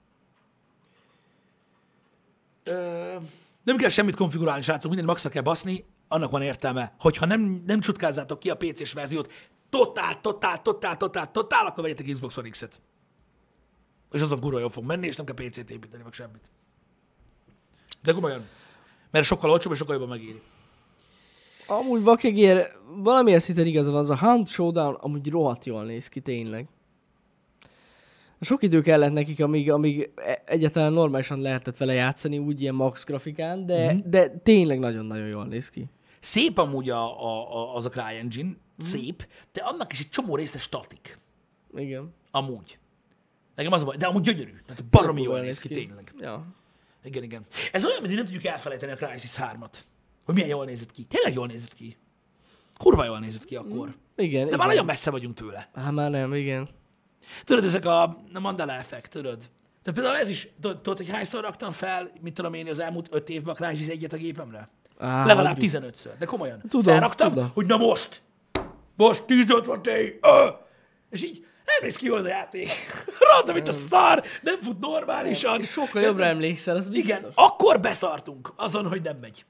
Ö... Nem kell semmit konfigurálni, srácok, mindent maxra kell baszni, annak van értelme. Hogyha nem, nem csutkázzátok ki a pé cés verziót, totál, totál, totál, totál, totál, akkor vegyetek Xbox One X-et. És azon kurva jól fog menni, és nem kell pé cét építeni, meg semmit. De komolyan. Mert sokkal olcsóbb, és sokkal jobban megéri. Amúgy vakegér, valamilyen szinten igaza van, az a Hunt Showdown amúgy rohadt jól néz ki, tényleg. Sok idő kellett nekik, amíg, amíg egyáltalán normálisan lehetett vele játszani, úgy ilyen max grafikán, de, mm-hmm. de tényleg nagyon-nagyon jól néz ki. Szép amúgy a, a, a, az a CryEngine, mm. szép, de annak is egy csomó része statik. Igen. Amúgy. Nekem az a baj, de amúgy gyönyörű. Tehát baromi jól néz ki, ki, tényleg. Ja. Igen, igen. Ez olyan, mint hogy nem tudjuk elfelejteni a Crysis hármat. Hogy milyen jól nézett ki. Tényleg jól nézett ki. Kurva jól nézett ki akkor. Igen. De igen. már nagyon messze vagyunk tőle. Hát már nem, igen. Tudod, ezek a, a Mandela effekt, tudod? Tehát például ez is, tudod, tudod, hogy hányszor raktam fel, mit tudom én, az elmúlt öt évben a Crysis egyet a gépemre? Á, Legalább hogy... tizenötször, de komolyan. Tudom, Felraktam, tudom. hogy na most, most tíz ötven Ti, ö! És így nem néz ki jól az a játék. Random, mint a szar, nem fut normálisan. Sokkal jobbra emlékszel, az biztos. Igen, akkor beszartunk azon, hogy nem megy.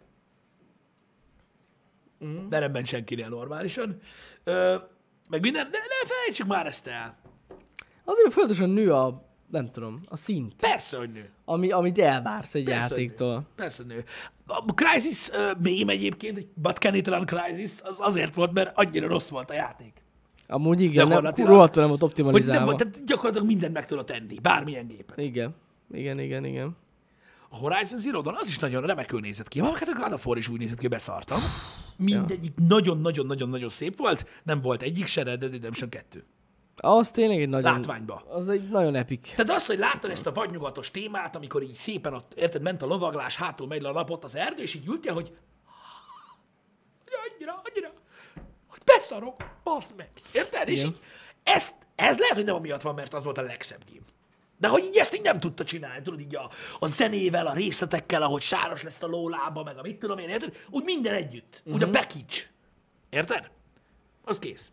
Mm. De nem ment senkinél normálisan. Ö, meg minden, de ne felejtsük már ezt el. Azért folyamatosan nő a, nem tudom, a szint. Persze, hogy nő. Ami, amit elvársz egy Persze, játéktól. Nő. Persze, nő. A Crysis uh, mém egyébként, egy But Can It Run Crysis, az azért volt, mert annyira rossz volt a játék. Amúgy igen, nem, rohadtul nem volt optimalizálva. Nem, tehát gyakorlatilag mindent meg tudod tenni, bármilyen gépen. Igen, igen, igen, igen. A Horizon Zero Dawn az is nagyon remekül nézett ki. Hát a God of War is úgy nézett ki, beszartam. Mindegyik nagyon-nagyon-nagyon-nagyon szép volt, nem volt egyik se Red Dead Redemption kettő. Az tényleg egy nagyon... Látványba. Az egy nagyon epik. Tehát az, hogy láttad ezt a vadnyugatos témát, amikor így szépen ott, érted, ment a lovaglás, hátul megy le a nap ott az erdő, és így ültél, hogy annyira, annyira, hogy beszarok, bassz meg. Érted? És így, ezt, ez lehet, hogy nem amiatt van, mert az volt a legszebb game. De hogy így ezt így nem tudta csinálni, tudod, így a, a zenével, a részletekkel, ahogy sáros lesz a lólába, meg a mit tudom én, érted? Úgy minden együtt. Úgy uh-huh. a package. Érted? Az kész.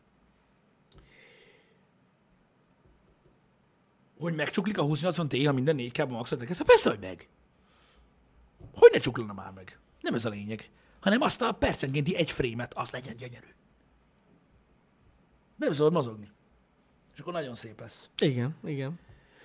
Hogy megcsuklik a húsznyolcvan Ti, ha minden négy ká-ban maxoltak ezt? Persze, hogy meg. Hogy ne csuklana már meg? Nem ez a lényeg. Hanem azt a percenkénti egy frame-et, az legyen gyönyörű. Nem szabad mozogni. És akkor nagyon szép lesz. Igen, igen.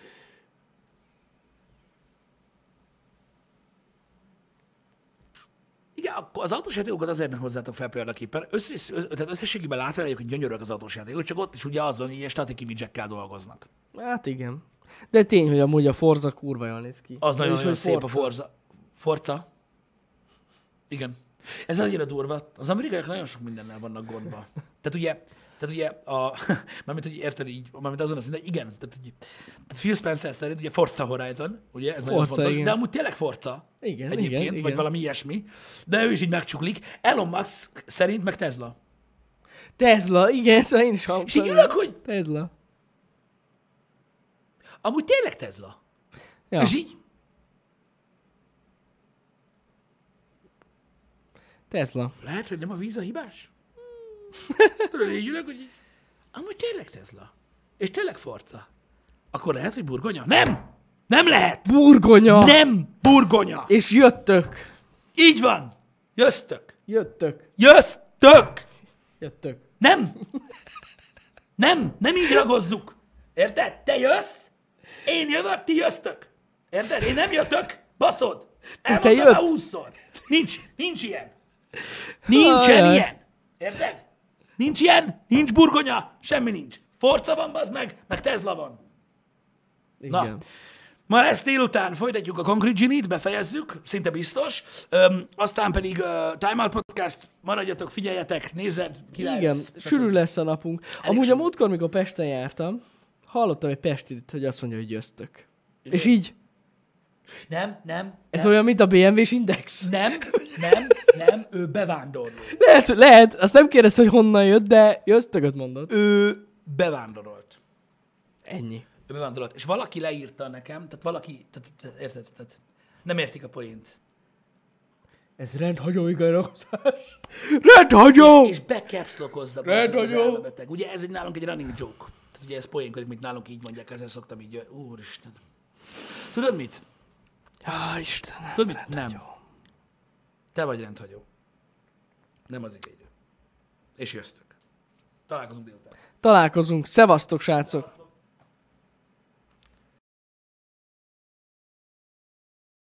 Igen, az autós játékokat azért nem hozzátok fel példaképpen. Összes, össz, tehát összességében látva hogy gyönyörűek az autós játékok, csak ott is ugye az van, hogy ilyen static image-ekkel dolgoznak. Hát igen. De tény, hogy amúgy a Forza kurva jól néz ki. Az nagyon, nagyon szép Forza. a Forza. Forza. Igen. Ez annyira durva. Az amerikaiak nagyon sok mindennel vannak gondba. Tehát ugye Tehát ugye, a, mármint, hogy érted így, mármint azon a szinten, igen, tehát, hogy, tehát Phil Spencer szerint ugye Forza Horizon, ugye, ez nagyon Forza, fontos, igen. de amúgy tényleg Forza Igen, egyébként, igen, vagy igen. valami ilyesmi, de ő is így megcsuklik. Elon Musk szerint meg Tesla. Tesla, igen, szóval én is És hallottam. így ülök, hogy Tesla. amúgy tényleg Tesla. Ja. És így, Tesla. lehet, hogy nem a víz a hibás? Tudod, így ülök, hogy így, amúgy tényleg Tesla. És tényleg Forza. Akkor lehet, hogy burgonya? Nem! Nem lehet! Burgonya! Nem burgonya! És jöttök. Így van! Jöttök! Jöttök. Jöttök! Jöttök. Nem! Nem! Nem így ragozzuk! Érted? Te jössz, én jövök, ti jöztök. Érted? Én nem jöttök, baszod! Elmondtam jött. már húszszor. Nincs, nincs ilyen. Nincsen Ajaj. ilyen. Érted? Nincs ilyen, nincs burgonya, semmi nincs. Forza van, bazd meg, meg Tesla van. Na, Igen. ma lesz délután folytatjuk a Concrete Genie-t, befejezzük, szinte biztos. Öm, aztán pedig uh, Time Out Podcast, maradjatok, figyeljetek, nézzed, király Igen, lesz. sűrű lesz a napunk. Amúgy a sűrű. múltkor, mikor Pesten jártam, hallottam egy pestit, hogy azt mondja, hogy győztök. És így, Nem, nem, ez nem, olyan, mint a bé em vé-s Index. nem, nem, nem, ő bevándorló. Lehet, lehet, azt nem kérdezte, hogy honnan jött, de győztököt mondott. Ő bevándorolt. Ennyi. Ő bevándorolt. És valaki leírta nekem, tehát valaki, tehát, tehát, érted, tehát nem értik a poént. Ez rendhagyó igazságos. Rendhagyó! És bekepszlokozza az Rendhagyó! elmebeteg. Ugye ez egy nálunk egy running joke. Tehát ugye ez poénkodik, mint nálunk így mondják, ezzel szoktam így, úristen. Tudod mit? Ja, Istenem. Tudod mit? Nem. Te vagy rendhagyó. Nem az igényű. És jöztök. Találkozunk délután. Találkozunk. Szevasztok, srácok!